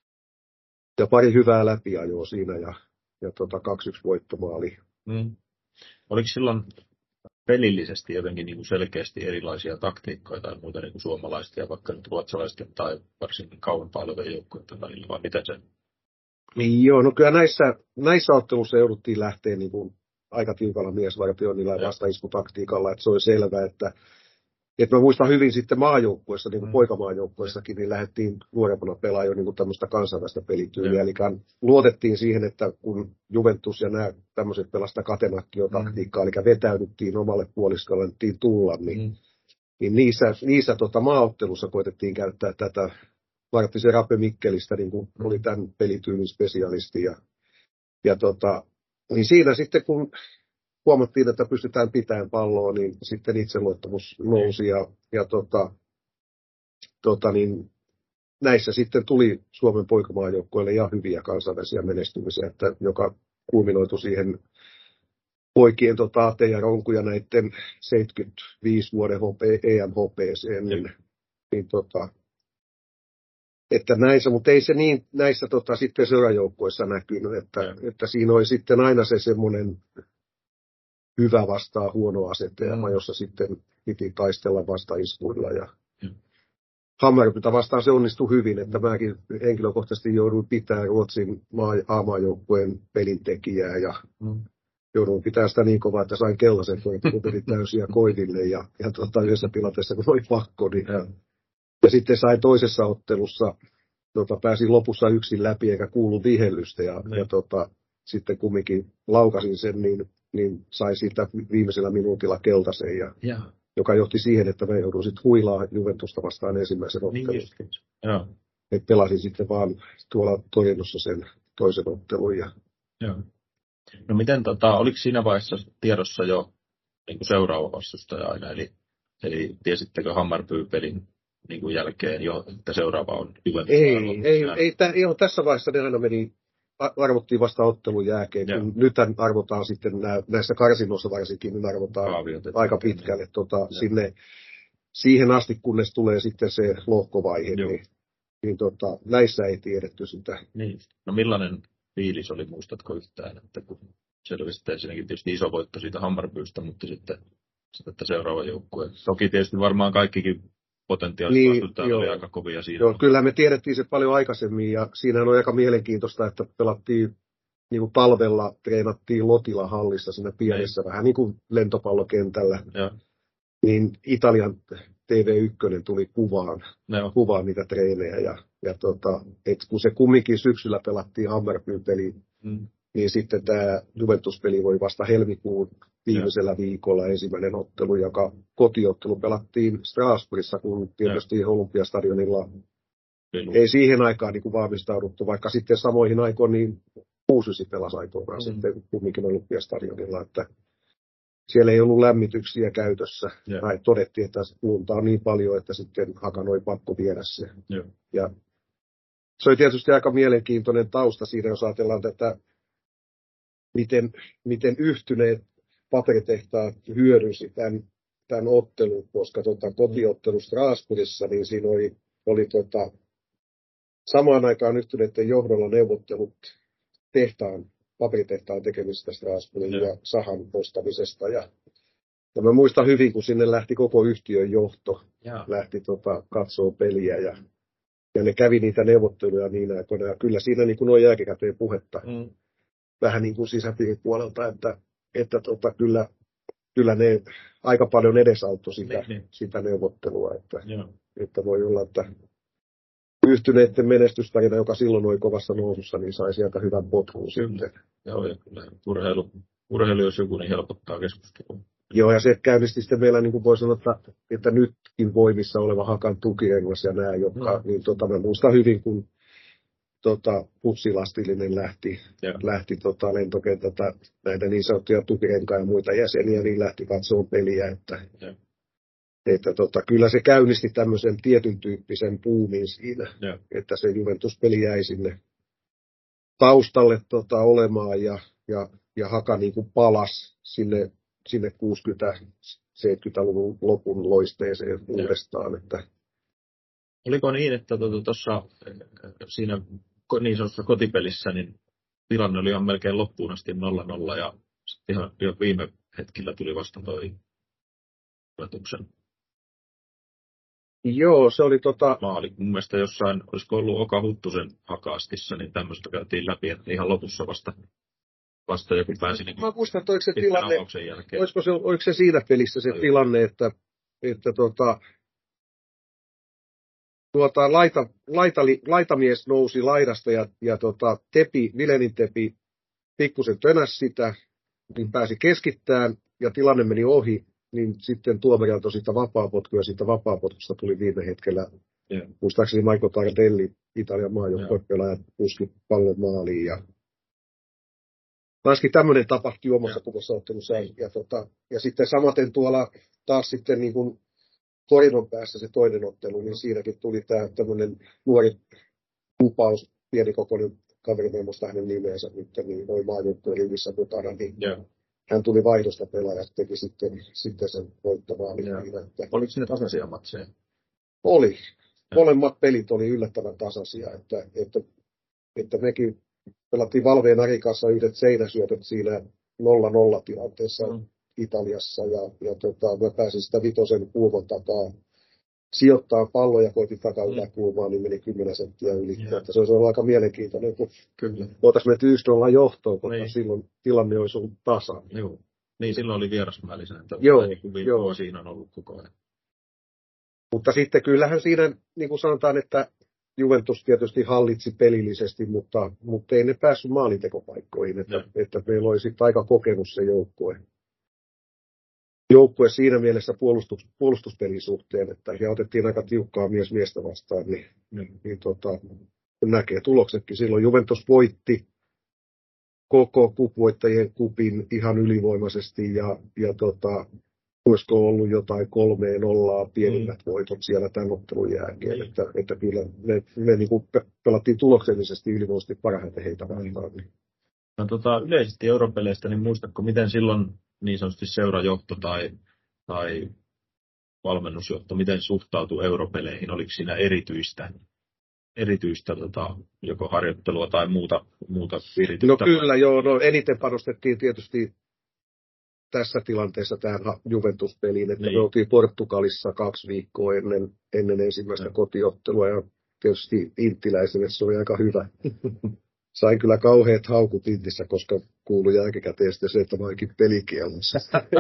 ja pari hyvää läpiajoa siinä ja, ja tota, kaksi yksi voittomaali. Mm. Oliko silloin pelillisesti jotenkin niin kuin selkeästi erilaisia taktiikkoja tai muuta niin kuin suomalaisten ja vaikka nyt ruotsalaisten tai varsinkin kauempaa olevien joukkueiden välillä, vai miten se? Niin joo, no kyllä näissä, näissä otteluissa jouduttiin lähteä niin kuin aika tiukalla miesvartioinnilla ja vastaiskutaktiikalla, että se oli selvää, että, että mä muistan hyvin sitten maajoukkuessa, niin kuin mm. poikamaajoukkuessakin, niin lähdettiin nuorempana pelaamaan jo niin kuin tämmöistä kansainvälistä pelityyliä, eli luotettiin siihen, että kun Juventus ja nämä tämmöiset pelasta katenakkio-taktiikkaa, mm. eli vetäydyttiin omalle puoliskolle, annettiin tulla, niin, mm. niin niissä, niissä tota, maaottelussa koetettiin käyttää tätä. Varttisen Rappe Mikkelistä niin kuin oli tämän pelityylin spesialisti. Ja, ja tota, niin siinä sitten kun huomattiin, että pystytään pitämään palloa, niin sitten itseluottamus nousi. Ja, ja tota, tota, niin näissä sitten tuli Suomen poikamaajoukkoille ihan hyviä kansainvälisiä menestymisiä, että joka kulminoitu siihen poikien tota, Ate ja Ronku ja näiden seitsemänkymmentäviisi vuoden E M H P:seen. Niin, niin tota, että näissä, mutta ei se niin näissä tota, sitten seurajoukkoissa näkynyt, että, että siinä oli sitten aina se semmoinen hyvä vastaa huono asetelma, mm. jossa sitten piti taistella vastaiskuilla. Ja mm. Hammarbytä vastaan se onnistui hyvin, että mäkin henkilökohtaisesti jouduin pitämään Ruotsin A-maajoukkueen pelintekijää ja mm. jouduin pitämään sitä niin kovaa, että sain kellasen, kun peli täysiä koiville ja, ja tota, yhdessä tilanteessa, kun oli pakko, niin mm. ja sitten sai toisessa ottelussa, tota, pääsin lopussa yksin läpi eikä kuulu vihellystä ja, ja tota, sitten kumminkin laukasin sen, niin, niin sai siitä viimeisellä minuutilla keltaisen, ja, ja. joka johti siihen, että me joudun sitten huilaa Juventusta vastaan ensimmäisen ottelun. Niin, ja. Et pelasin sitten vaan tuolla Torinossa sen toisen ottelun. Ja... Ja. No miten, tota, oliko siinä vaiheessa tiedossa jo niin kuin seuraava vastustaja aina, eli, eli tiesittekö Hammarby-pelin niin kuin jälkeen jo, että seuraava on Juventus? Ei, ei, ei, tä, ei tässä vaiheessa ne aina meni, arvottiin vasta ottelun jälkeen. Nyt arvotaan sitten nää, näissä karsinnoissa varsinkin, niin arvotaan Kaaviot, aika pitkälle tota, sinne, siihen asti, kunnes tulee sitten se lohkovaihe, niin, niin tota, näissä ei tiedetty sitä. Niin. No millainen fiilis oli, muistatko yhtään, että kun selvisi ensinnäkin tietysti iso voitto siitä Hammarbystä, mutta sitten, sitten seuraava joukkue. Toki tietysti varmaan kaikkikin potentiaaliset niin, vastustajat oli aika kovia siinä. Joo, kyllä me tiedettiin se paljon aikaisemmin ja siinähän on aika mielenkiintoista, että pelattiin niin kuin talvella, treenattiin Lotila hallissa siinä pienessä, Ei. vähän niin kuin lentopallokentällä. Ja. Niin Italian T V yksi tuli kuvaan, kuvaan niitä treenejä ja, ja tota, et kun se kumminkin syksyllä pelattiin Hammarbyn peli, mm. niin sitten tämä Juventus-peli voi vasta helmikuun viimeisellä ja. viikolla ensimmäinen ottelu, joka kotiottelu pelattiin Strasbourgissa, kun tietysti ja. Olympiastadionilla Pelu. ei siihen aikaan niin kuin valmistauduttu, vaikka sitten samoihin aikoihin niin kuusi pelasi aikoinaan mm. sitten kumminkin Olympiastadionilla, että siellä ei ollut lämmityksiä käytössä. Tai todettiin, että lunta on niin paljon, että sitten Hakan oli pakko viedä se. Ja. ja se oli tietysti aika mielenkiintoinen tausta siinä, jos ajatellaan tätä, miten, miten yhtyneet paperitehtaat hyödynsi tämän, tämän ottelun, koska tota, kotiottelu Strasbourgissa, niin siinä oli, oli tota, samaan aikaan yhtyneiden johdolla neuvottelut tehtaan, paperitehtaan tekemisestä Strasbourgin ja. ja sahan ostamisesta. Ja, ja mä muistan hyvin, kun sinne lähti koko yhtiön johto, ja. lähti tota, katsoo peliä ja, ja ne kävi niitä neuvotteluja niin aikoina. Ja kyllä siinä niin kuin on jälkikäteen puhetta. Mm. Vähän niin kuin sisäpiiripuolelta, että, että tota, kyllä, kyllä ne aika paljon edesauttoi sitä, niin, niin. sitä neuvottelua, että, että voi olla, että yhtyneiden menestystarina, joka silloin oli kovassa nousussa, niin sai sieltä hyvän potkun sitten. Joo, ja kyllä urheilu, urheilu jos joku, niin helpottaa keskustelua. Joo, ja se käynnisti sitten meillä, niin kuin voi sanoa, että, että nytkin voimissa oleva Hakan tukirengas ja nämä, jotka, no. niin tota, mä muistan hyvin, kun tota, putsilastillinen lähti, lähti tota, lentokentältä näitä niin sanottuja tukirenkaan ja muita jäseniä, niin lähti katsomaan peliä, että, että tota, kyllä se käynnisti tämmöisen tietyn tyyppisen puumin siinä, ja. Että se Juventus-peli jäi sinne taustalle tota, olemaan ja, ja, ja Haka niin kuin palasi sinne, sinne kuusikymmentä-seitsemänkymmentäluvun lopun loisteeseen ja. Uudestaan, että oliko niin, että tuossa siinä niin sanotussa kotipelissä niin tilanne oli ihan melkein loppuun asti nolla nolla ja sitten ihan jo viime hetkillä tuli vasta toi yllätyksen. Joo, se oli tota maali. Mun mielestä jossain, olisiko ollut Oka Huttusen Hakaastissa, niin tämmöistä käytiin läpi, että ihan lopussa vasta, vasta joku pääsi niin. Mä muistan, että oliko se tilanne, olisiko se, oliko se siinä pelissä se tilanne, että, että tota, Tuota, laita, laita, laitamies nousi laidasta ja, ja tota, tepi, Vilenin tepi pikkusen tönäs sitä, niin pääsi keskittämään ja tilanne meni ohi, niin sitten tuomari antoi siitä vapaapotku ja siitä vapaapotkusta tuli viime hetkellä, yeah. Muistaakseni Michael Tardelli, Italian maajoukkuepelaaja, puski pallon maaliin ja varsinkin tämmöinen tapahtui omassa yeah. kuvassa ottelussa ja, tota, ja sitten samaten tuolla taas sitten niin kuin Torinon päässä se toinen ottelu, niin siinäkin tuli tämä tämmöinen nuori lupaus, pienikokoinen kaveri, mä en muista hänen nimeensä nyt, niin noin maajoukkojen rivissä mukana, niin yeah. hän tuli vaihdosta pelaaja, teki sitten, sitten sen voittavaalin. Yeah. Oliko siinä tasaisia matseja? Oli. Yeah. Molemmat pelit oli yllättävän tasaisia, että, että, että mekin pelattiin Valveen Ari kanssa yhdet seinäsyötöt siinä nolla nolla tilanteessa. Mm. Italiassa ja, ja tota, mä pääsin sitä vitosen kulman takaa sijoittaa palloja, koitin takaa yläkulmaa, niin meni kymmenen senttiä yli. Yeah. Että se olisi ollut aika mielenkiintoinen, kun voitaisiin mennyt yksi nolla johtoon, koska niin. Silloin tilanne olisi ollut tasa. Joo. Niin, silloin oli vierasmällisen. Joo, joo. Siinä on ollut koko ajan. Mutta sitten kyllähän siinä, niin kuin sanotaan, että Juventus tietysti hallitsi pelillisesti, mutta, mutta ei ne päässyt maalintekopaikkoihin, että, että meillä oli sitten aika kokenut se joukkue. joukkue siinä mielessä puolustus, puolustuspelin suhteen, että ja otettiin aika tiukkaa mies miestä vastaan, niin, niin, niin tota, näkee tuloksetkin. Silloin Juventus voitti koko kupvoittajien kupin ihan ylivoimaisesti ja, ja tota, olisiko ollut jotain kolmeen nollaa pienimmät mm. voitot siellä tämän ottelun jälkeen, mm. että, että kyllä me, me niin kuin pelattiin tuloksellisesti ylivoimaisesti parhaiten heitä vastaan. Niin. No, tota, yleisesti europeleistä, niin muistatko, miten silloin niin sanotusti seurajohto tai, tai valmennusjohto, miten suhtautuu europeleihin? Oliko siinä erityistä, erityistä tota, joko harjoittelua tai muuta, muuta viritystä? No kyllä joo, no eniten panostettiin tietysti tässä tilanteessa tähän Juventus-peliin, että niin. Me oltiin Portugalissa kaksi viikkoa ennen, ennen ensimmäistä no. kotiottelua ja tietysti inttiläiselle se oli aika hyvä. Sain kyllä kauheat haukut Intissä, koska kuului jälkikäteen se, että mä olinkin pelikielossa.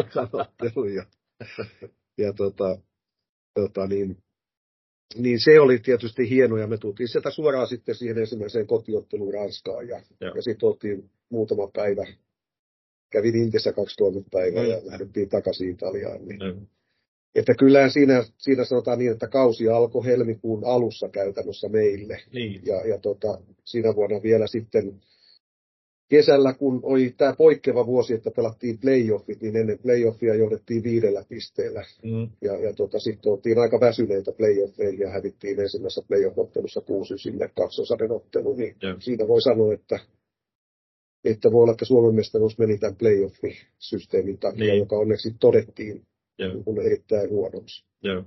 ja ja tota, tota niin, niin se oli tietysti hieno, ja me tultiin sieltä suoraan sitten siihen ensimmäiseen kotiotteluun Ranskaan, ja, ja sitten oltiin muutama päivä. Kävin Intissä kaksi kolme päivää, mm. ja lähdettiin takaisin Italiaan. Niin. Mm. Että kyllähän siinä, siinä sanotaan niin, että kausi alkoi helmikuun alussa käytännössä meille. Niin. Ja, ja tota, siinä vuonna vielä sitten kesällä, kun oli tämä poikkeava vuosi, että pelattiin playoffit, niin ennen playoffia johdettiin viidellä pisteellä. Mm. Ja, ja tota, sitten oltiin aika väsyneitä playoffeihin ja hävittiin ensimmäisessä playoff-ottelussa kuusi sinne kaksosaden otteluun. Niin yeah. Siinä voi sanoa, että, että voi olla, että Suomen mestaruus meni tämän playoff-systeemin takia, niin. Joka onneksi todettiin. Joo. On erittäin huonoksi. Joo.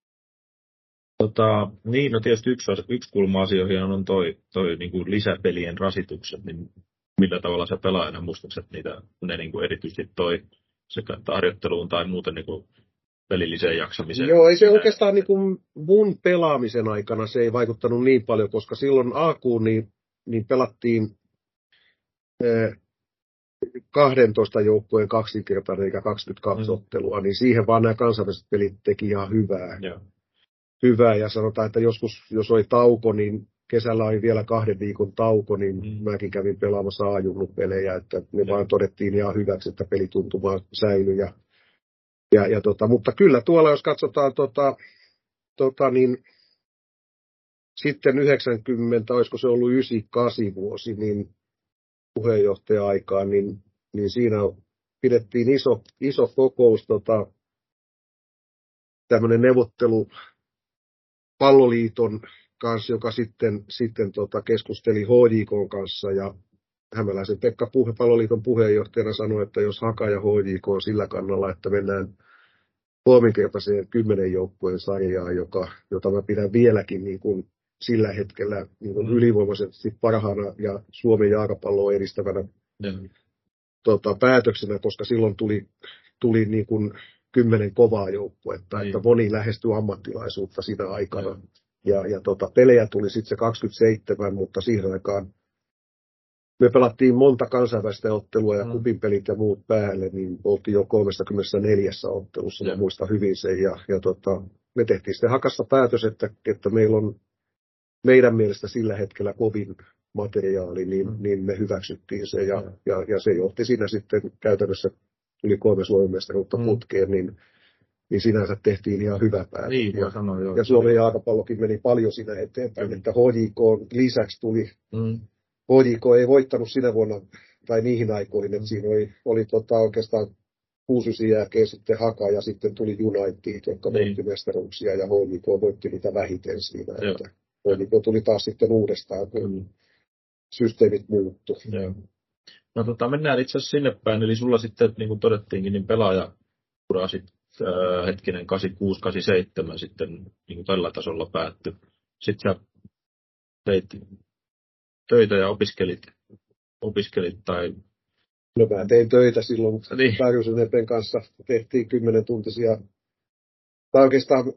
Tota, niin, no tietysti yksi, yksi kulma asioihin on toi, toi niin kuin lisäpelien rasitukset, niin millä tavalla sä pelaajana muistat, että niitä, ne niin kuin erityisesti toi sekä harjoitteluun tai muuten niin kuin pelilliseen jaksamiseen? Joo, ei se oikeastaan niin kuin mun pelaamisen aikana se ei vaikuttanut niin paljon, koska silloin alkuun niin, niin pelattiin eh, kaksitoista joukkueen kaksinkertainen eikä kaksikymmentäkaksi mm. ottelua, niin siihen vaan nämä kansainväliset pelit teki ihan hyvää. Yeah. Hyvää, ja sanotaan, että joskus, jos oli tauko, niin kesällä oli vielä kahden viikon tauko, niin mm. mäkin kävin pelaamassa A-junnupelejä, että ne yeah. vaan todettiin ihan hyväksi, että pelituntuma säilyi. Ja, ja, ja tota, mutta kyllä tuolla, jos katsotaan tota, tota, niin sitten yhdeksänkymmentä, olisiko se ollut yhdeksänkymmentäkahdeksan vuosi, niin puheenjohtaja-aikaan, niin, niin siinä pidettiin iso, iso kokous, tota, tämmöinen neuvottelu Palloliiton kanssa, joka sitten, sitten tota, keskusteli H J K:n kanssa, ja Hämäläisen Pekka puhe, Palloliiton puheenjohtajana sanoi, että jos Haka ja H J K on sillä kannalla, että mennään kolminkertaiseen kymmenen joukkueen sarjaan, joka, jota mä pidän vieläkin niin kuin sillä hetkellä niin kuin ylivoimaisesti parhaana ja Suomen jalkapalloa edistävänä mm. tota, päätöksenä, koska silloin tuli, tuli niin kuin kymmenen kovaa joukkuetta, mm. että moni lähestyi ammattilaisuutta siinä aikana. Mm. Ja, ja tota, pelejä tuli sitten se kaksikymmentäseitsemän, mutta siihen aikaan me pelattiin monta kansainvälistä ottelua ja mm. kupinpelit ja muut päälle, niin oltiin jo kolmekymmentäneljä ottelussa, yeah. mä muistan hyvin sen. Ja, ja tota, me tehtiin sitten Hakassa päätös, että, että meillä on meidän mielestä sillä hetkellä kovin materiaali, niin, mm. niin me hyväksyttiin se. Ja, yeah. ja, ja se johti siinä sitten käytännössä yli kolme Suomen mestaruutta mm. putkeen, niin, niin sinänsä tehtiin ihan hyvä päätös. Niin, ja, sanoa, joo, ja Suomen jalkapallokin meni paljon siinä eteenpäin, mm. että H J K lisäksi tuli... Mm. H J K ei voittanut sinä vuonna, tai niihin aikoihin, että siinä oli, oli tota oikeastaan kuusi jälkeen sitten Haka ja sitten tuli United, jotka niin. voitti mestaruuksia ja H J K voitti niitä vähiten siinä. Että H J K tuli taas sitten uudestaan, kun mm. systeemit muuttu. Joo. No tota, mennään itse asiassa sinne päin, eli sulla sitten, niin kuin todettiinkin, niin pelaajaura sitten äh, hetkinen kahdeksankymmentäkuusi kahdeksankymmentäseitsemän sitten niin kuin tällä tasolla päättyi. Sitten sä teit töitä ja opiskelit, opiskelit tai... No mä tein töitä silloin, niin. Pärjysen Epen kanssa tehtiin kymmenen tuntisia, tai oikeastaan,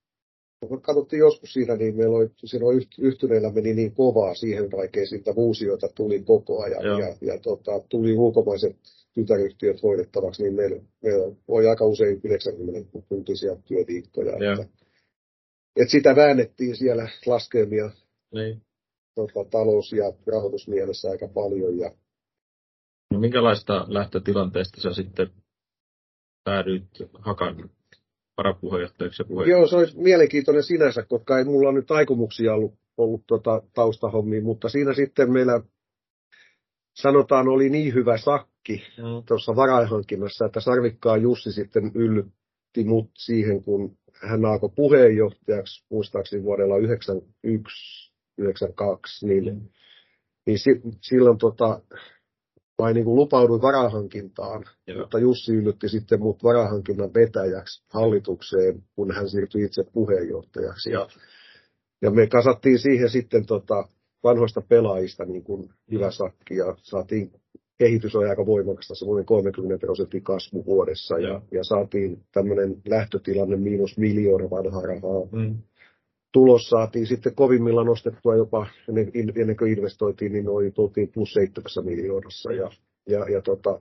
kun katsottiin joskus siinä, niin meillä oli, siinä oli yhtyneillä meni niin kovaa siihen vaikeisiin, että uusioita tuli koko ajan, Joo. ja, ja tota, tuli ulkomaiset tytäryhtiöt hoidettavaksi, niin meillä, meillä oli aika usein yhdeksänkymmentä tuntisia työviikkoja, että, että sitä väännettiin siellä laskelmia. Niin. Tota, talous- ja rahoitusmielessä aika paljon. Ja... No, minkälaista lähtötilanteesta sä sitten päädyit Hakan varapuheenjohtajaksi ja puheenjohtajaksi? Joo, se olisi mielenkiintoinen sinänsä, koska ei mulla nyt aikomuksia ollut, ollut tota, taustahommiin, mutta siinä sitten meillä sanotaan oli niin hyvä sakki mm. tuossa varainhankinnassa, että Sarvikkaan Jussi sitten yllytti mut siihen, kun hän alkoi puheenjohtajaksi muistaakseni vuodella yhdeksänkymmentäyksi yhdeksänkymmentäkaksi, niin, mm. niin si, silloin tota, vain niin kuin lupauduin varahankintaan, Joo. mutta Jussi yllytti sitten mut varahankinnan vetäjäksi hallitukseen, kun hän siirtyi itse puheenjohtajaksi. Ja, ja me kasattiin siihen sitten tota, vanhoista pelaajista niin kuin hyvä sakki ja saatiin, kehitys oli aika voimakasta, semmoinen kolmekymmentä prosentin kasvu vuodessa ja, ja saatiin tämmöinen lähtötilanne miinus miljoona vanhaa rahaa. Mm. Tulos saatiin sitten kovimmilla nostettua jopa, ennen, ennen kuin investoitiin, niin noin tultiin plus seitsemässä miljoonassa. Ja, ja, ja tota,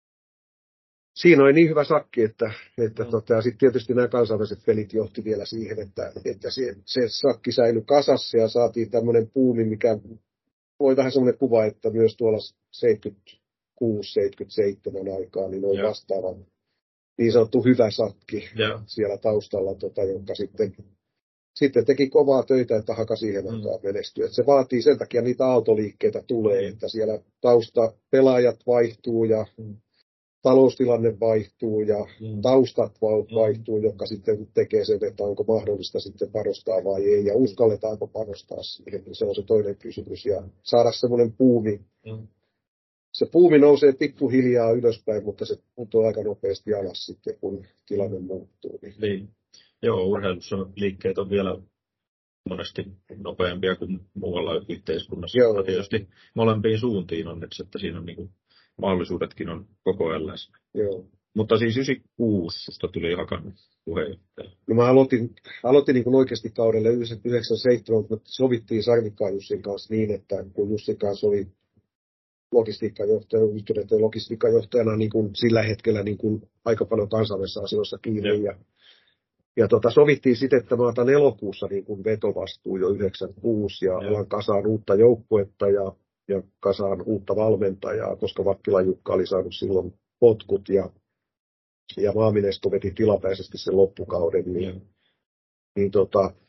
siinä oli niin hyvä sakki, että, että mm. tota, ja sitten tietysti nämä kansainväliset pelit johti vielä siihen, että, että se, se sakki säilyi kasassa ja saatiin tämmöinen puumi, mikä voi vähän semmoinen kuva, että myös tuolla seitsemänkymmentäkuusi seitsemänkymmentäseitsemän aikaa, niin oli vastaava niin sanottu hyvä sakki yeah. siellä taustalla, tota, jonka sitten Sitten teki kovaa töitä, että Haka siihen aikaan mm. menestyi. Että se vaatii sen takia niitä aaltoliikkeitä tulee, mm. että siellä tausta pelaajat vaihtuu ja mm. taloustilanne vaihtuu ja mm. taustat vaihtuu, mm. jotka sitten tekee sen, että onko mahdollista sitten panostaa vai ei ja uskalletaanko panostaa siihen. Se on se toinen kysymys ja saada semmoinen puumi. Mm. Se puumi nousee pikkuhiljaa ylöspäin, mutta se putoaa aika nopeasti alas sitten, kun tilanne muuttuu. Niin. Niin. Joo, urheilussa liikkeet on vielä monesti nopeampia kuin muualla yhteiskunnassa. Joo, tietysti molempiin suuntiin on, että siinä on niin kuin, mahdollisuudetkin on koko ajan läsnä. Joo. Mutta siis yhdeksänkymmentäkuusi susta tuli Hakan puheenjohtaja. No mä aloitin, aloitin niin kuin oikeasti kaudelle yhdeksänkymmentäseitsemän, mutta me sovittiin Sarvikkaan Jussin kanssa niin, että kun Jussin kanssa oli logistiikkajohtaja, yhteydessä logistiikkajohtajana niin kuin sillä hetkellä niin kuin aika paljon kansainvälisessä asioissa kiinni. Ja, ja tota, sovittiin sitten, että mä otan elokuussa niin kuin vetovastuu jo yhdeksänkymmentäkuusi ja, ja. alan kasaan uutta joukkuetta ja, ja kasaan uutta valmentajaa, koska Vakkila Jukka oli saanut silloin potkut ja, ja Maaminesto veti tilapäisesti sen loppukauden. Niin, niin tota,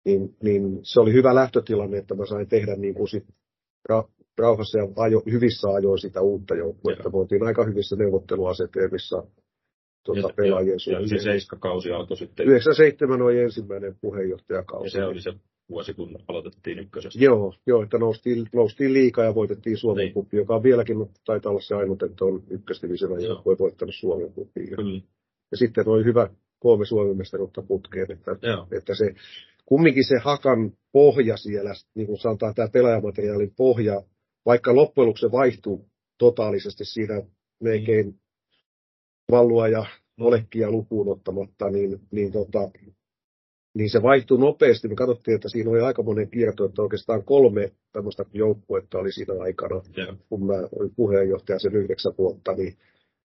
niin, niin se oli hyvä lähtötilanne, että mä sain tehdä niin kuin sit ra, rauhassa ja ajo, hyvissä ajoin sitä uutta joukkuetta. Me oltiin aika hyvissä neuvotteluasetelmissa tuota, pelaajien suhteen. Ja yhdeksänkymmentäseitsemän kausi alkoi sitten. yhdeksänkymmentäseitsemän oli ensimmäinen puheenjohtajakausi. Ja se oli se vuosi, kun aloitettiin ykkösestä. Joo, joo, että noustiin, noustiin liigaa ja voitettiin Suomen niin. Kuppi, joka on vieläkin, taitaa olla se ainut, että on ykkösdivisionan joukkue voittanut Suomen Kuppiin. Ja, ja sitten oli hyvä kolme Suomen mestaruutta putkeen, että, että se, kumminkin se Hakan pohja siellä, niin kuin sanotaan tämä pelaajamateriaalin pohja, vaikka loppujen lopuksi se vaihtuu totaalisesti siinä melkein mm. Vallua ja Olekkia lukuun ottamatta, niin, niin, tota, niin se vaihtui nopeasti. Me katsottiin, että siinä oli aika monen kierto, että oikeastaan kolme tämmöistä joukkuetta oli siinä aikana, yeah. kun mä olin puheenjohtaja sen yhdeksän vuotta, niin,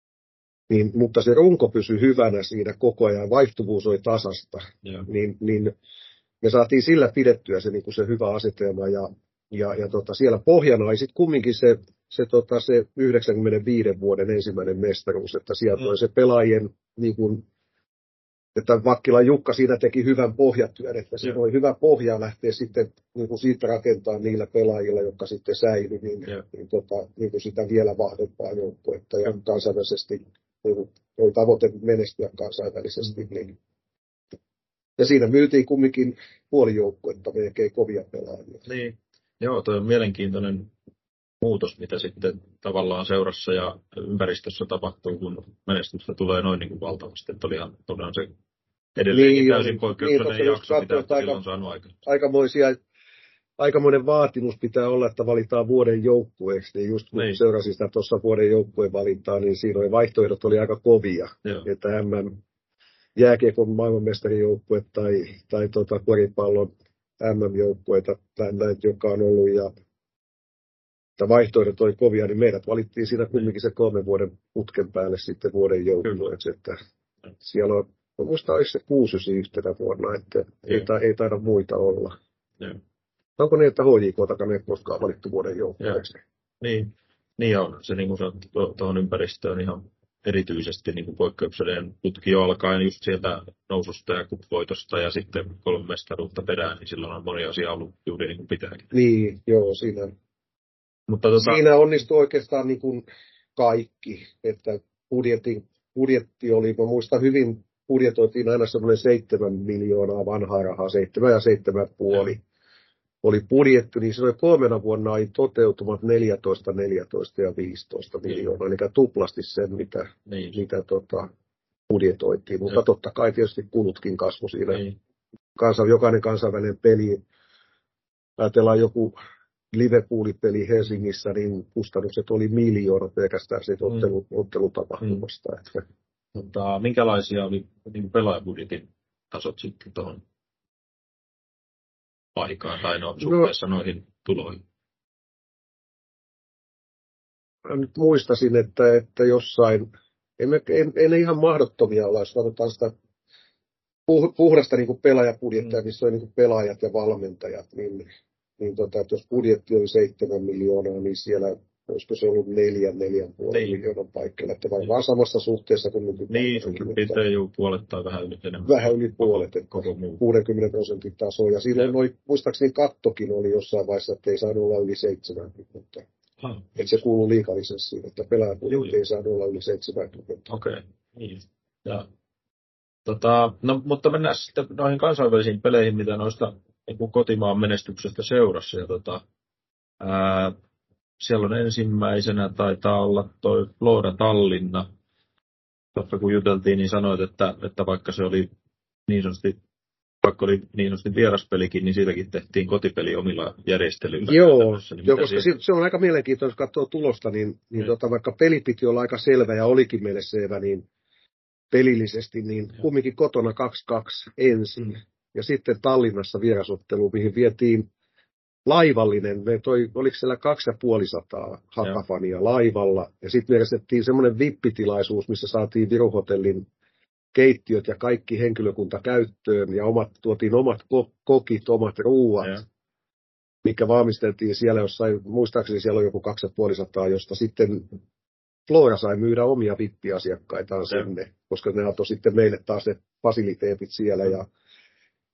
niin, mutta se runko pysyi hyvänä siinä koko ajan, vaihtuvuus oli tasasta, yeah. niin, niin me saatiin sillä pidettyä se, niin kuin se hyvä asetelma, ja, ja, ja tota, siellä pohjana oli sitten kumminkin se, se, tota, se yhdeksänkymmentäviiden vuoden ensimmäinen mestaruus, että sieltä mm. oli se pelaajien, niin kuin, että Vakkilan Jukka siinä teki hyvän pohjatyön, että siinä oli hyvä pohja lähteä sitten niin kuin siitä rakentaa niillä pelaajilla, jotka sitten säilyi, niin, niin, tota, niin kuin sitä vielä vahvempaa joukkuetta ja kansainvälisesti, niin kuin, oli tavoite menestyä kansainvälisesti, mm. niin ja siinä myytiin kumminkin puoli joukkuetta, melkein kovia pelaajia. Niin, joo, toi on mielenkiintoinen muutos, mitä sitten tavallaan seurassa ja ympäristössä tapahtuu, kun menestystä tulee noin niin kuin valtavasti. Että olihan todella se edelleen niin, täysin poikkeuksellinen niin, jakso, mitä aika, silloin saanut aikaan. Aikamoisia, aikamoinen vaatimus pitää olla, että valitaan vuoden joukkueeksi. Niin just kun niin. seurasin sitä tuossa vuoden joukkueen valintaa, niin siinä oli vaihtoehdot oli aika kovia. Joo. Että M M jääkiekon maailmanmestarijoukkue tai, tai tota, koripallon M M-joukkueita, näitä, jotka on ollut, ja vaihtoehdot oli kovia, niin meidät valittiin siinä kumminkin se kolmen vuoden putken päälle sitten vuoden joukkueeksi, että siellä on, muista olisi se kuusi yhtenä vuonna, että ei, ta, ei taida muita olla. Ja. Onko niin, että H J K-takana ei koskaan valittu vuoden joukkueeksi? Niin, niin on. Se niin kuin sanottu, tuohon ympäristöön ihan erityisesti niin kuin poikkeuksellinen putki jo alkaen just sieltä noususta ja kupvoitosta ja sitten kolme mestaruutta perään, niin silloin on moni asia ollut juuri niin kuin pitääkin. Niin, joo, siinä, Mutta tota... siinä onnistui oikeastaan niin kuin kaikki, että budjetti, budjetti oli, mä muistan hyvin, budjetoitiin aina semmoinen seitsemän miljoonaa vanhaa rahaa, seitsemän ja seitsemän puoli. Ja. Oli budjettu, niin se oli kolmena vuonna ei toteutumat neljätoista, neljätoista ja viisitoista miljoonaa, eli tuplasti sen, mitä, niin. mitä tota, budjetoitiin. Mutta ja. totta kai tietysti kulutkin kasvoi siinä. Niin. Kansa, jokainen kansainvälinen peli, ajatellaan joku Liverpool-peli Helsingissä, niin kustannukset oli miljoona pelkästään siitä mm. ottelu, ottelutapahtumasta. Mm. Mutta minkälaisia oli niin pelaajabudjetin tasot sitten tuohon aikaan tai no, suhteessa no, noihin tuloihin? Nyt muistasin, että, että jossain, en, en, en ihan mahdottomia olla, jos katsotaan sitä puh, puhdasta niin kuin pelaajabudjettia, mm. missä on niin kuin pelaajat ja valmentajat, niin, niin tota, että jos budjetti oli seitsemän miljoonaa, niin siellä olisiko se ollut neljän, neljän puolen niin. miljoonan paikkeilla, että varmaan samassa suhteessa kuin nyt. Niin, pitää jo puolet tai vähän yli enemmän. Vähän yli puolet, että kuudenkymmenen prosentin taso. Ja silloin noi, muistaakseni kattokin oli jossain vaiheessa, että ei saanut olla yli seitsemänkymmentä. Ah. Että se kuuluu liikalisenssiin, että pelaajapudjetti ei saanut olla yli seitsemänkymmentä. Okei, okay. niin. Ja, tota, no, mutta mennään sitten noihin kansainvälisiin peleihin, mitä noista niin kotimaan menestyksestä seurassa. Ja, tota, ää, siellä on ensimmäisenä taitaa olla toi Flora Tallinna. Tuossa kun juteltiin, niin sanoit, että, että vaikka se oli niin sanotusti, vaikka oli niin sanotusti vieraspelikin, niin siitäkin tehtiin kotipeli omilla järjestelyillä. Joo, niin jo, koska se, se on aika mielenkiintoista, jos katsoo tulosta, niin, niin tota, vaikka peli piti olla aika selvä ja olikin meille selvä, niin pelillisesti, niin ja. kumminkin kotona kaksi kaksi ensin. Mm. Ja sitten Tallinnassa vierasottelu, mihin vietiin laivallinen, me toi, oliko siellä kaksi ja puolisataa Hakafania laivalla, ja sitten järjestettiin semmoinen vippitilaisuus, missä saatiin Viru-hotellin keittiöt ja kaikki henkilökunta käyttöön, ja omat, tuotiin omat kokit, omat ruuat, ja. mikä valmisteltiin siellä jossain, muistaakseni siellä on joku kaksi ja puolisataa, josta sitten Flora sai myydä omia vippiasiakkaitaan sinne, koska ne antoi sitten meille taas ne fasiliteetit siellä, ja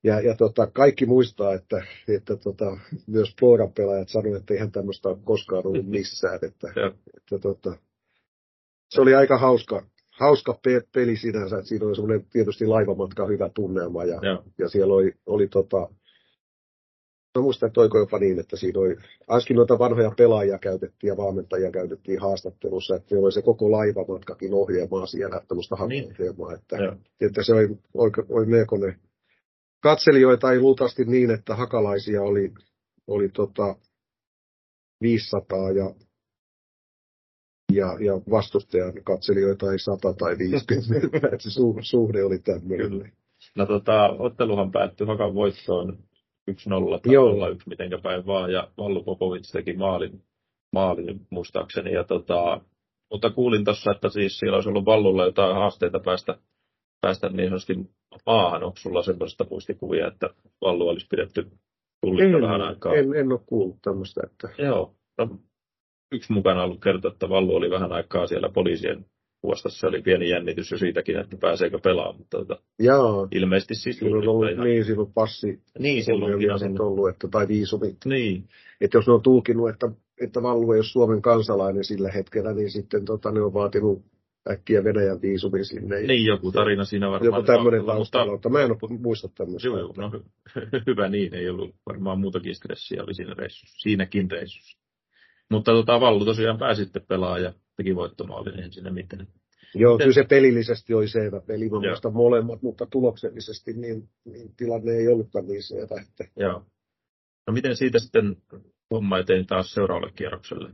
Ja, ja tota, kaikki muistaa, että, että tota, myös Floran pelaajat sanoivat, että eihän tämmöistä ole koskaan ollut missään. Että, että, tota, se oli aika hauska, hauska pe- peli sinänsä, että siinä oli semmoinen tietysti laivamatka hyvä tunnelma. Ja, ja siellä oli, oli tota, mä muistan, että oiko jopa niin, että siinä oli, ainakin noita vanhoja pelaajia käytettiin ja valmentajia käytettiin haastattelussa, että oli se koko laivamatkakin ohjelmaa siellä, tämmöistä ohjelmaa, niin. että, että se oli, oli, oli melkoinen. Katselijoita ei luultavasti niin, että hakalaisia oli, oli tota viisisataa ja, ja, ja vastustajan katselijoita ei sata tai viisikymmentä, että se su, suhde oli tämmöinen. No tota, otteluhan päättyi Hakan voittoon yksi nolla tai nolla yksi mitenkä päin vaan, ja Vallu Popovic teki maalin, maalin muistaakseni. Ja tota, mutta kuulin tuossa, että siis siellä olisi ollut Vallulla jotain haasteita päästä, päästä niin sanotusti maahan. Onko sulla semmoista muistikuvia, että Vallu olisi pidetty tullista vähän aikaa? En, en ole kuullut tämmöistä. Että... Joo, no, yksi mukana ollut kertoa, että Vallu oli vähän aikaa siellä poliisien huostassa. Oli pieni jännitys jo siitäkin, että pääseekö pelaamaan. Mutta tota, ilmeisesti siis silloin on ollut, ihan... Niin, silloin passi niin, silloin on silloin... ollut, että, tai viisumit. Niin. Että jos ne on tulkinut, että, että Vallu ei ole Suomen kansalainen sillä hetkellä, niin sitten tota, ne on vaatinut äkkiä Venäjän viisumin sinne. Niin, joku tarina siinä varmaan. Joku tämmöinen taustalla, mutta mä en ole muista tämmöistä. Joo, no, hyvä niin, ei ollut varmaan muutakin stressiä oli siinä reissussa, siinäkin reissussa. Mutta tota, Vallu tosiaan pääsi sitten pelaamaan ja teki voittomaalin, eihän siinä mitään. Joo, kyllä se pelillisesti oli selvä peli, mä muistan molemmat, mutta tuloksellisesti niin, niin tilanne ei ollutkaan niin selvä. Että... Joo. No miten siitä sitten homma eteni taas seuraavalle kierrokselle?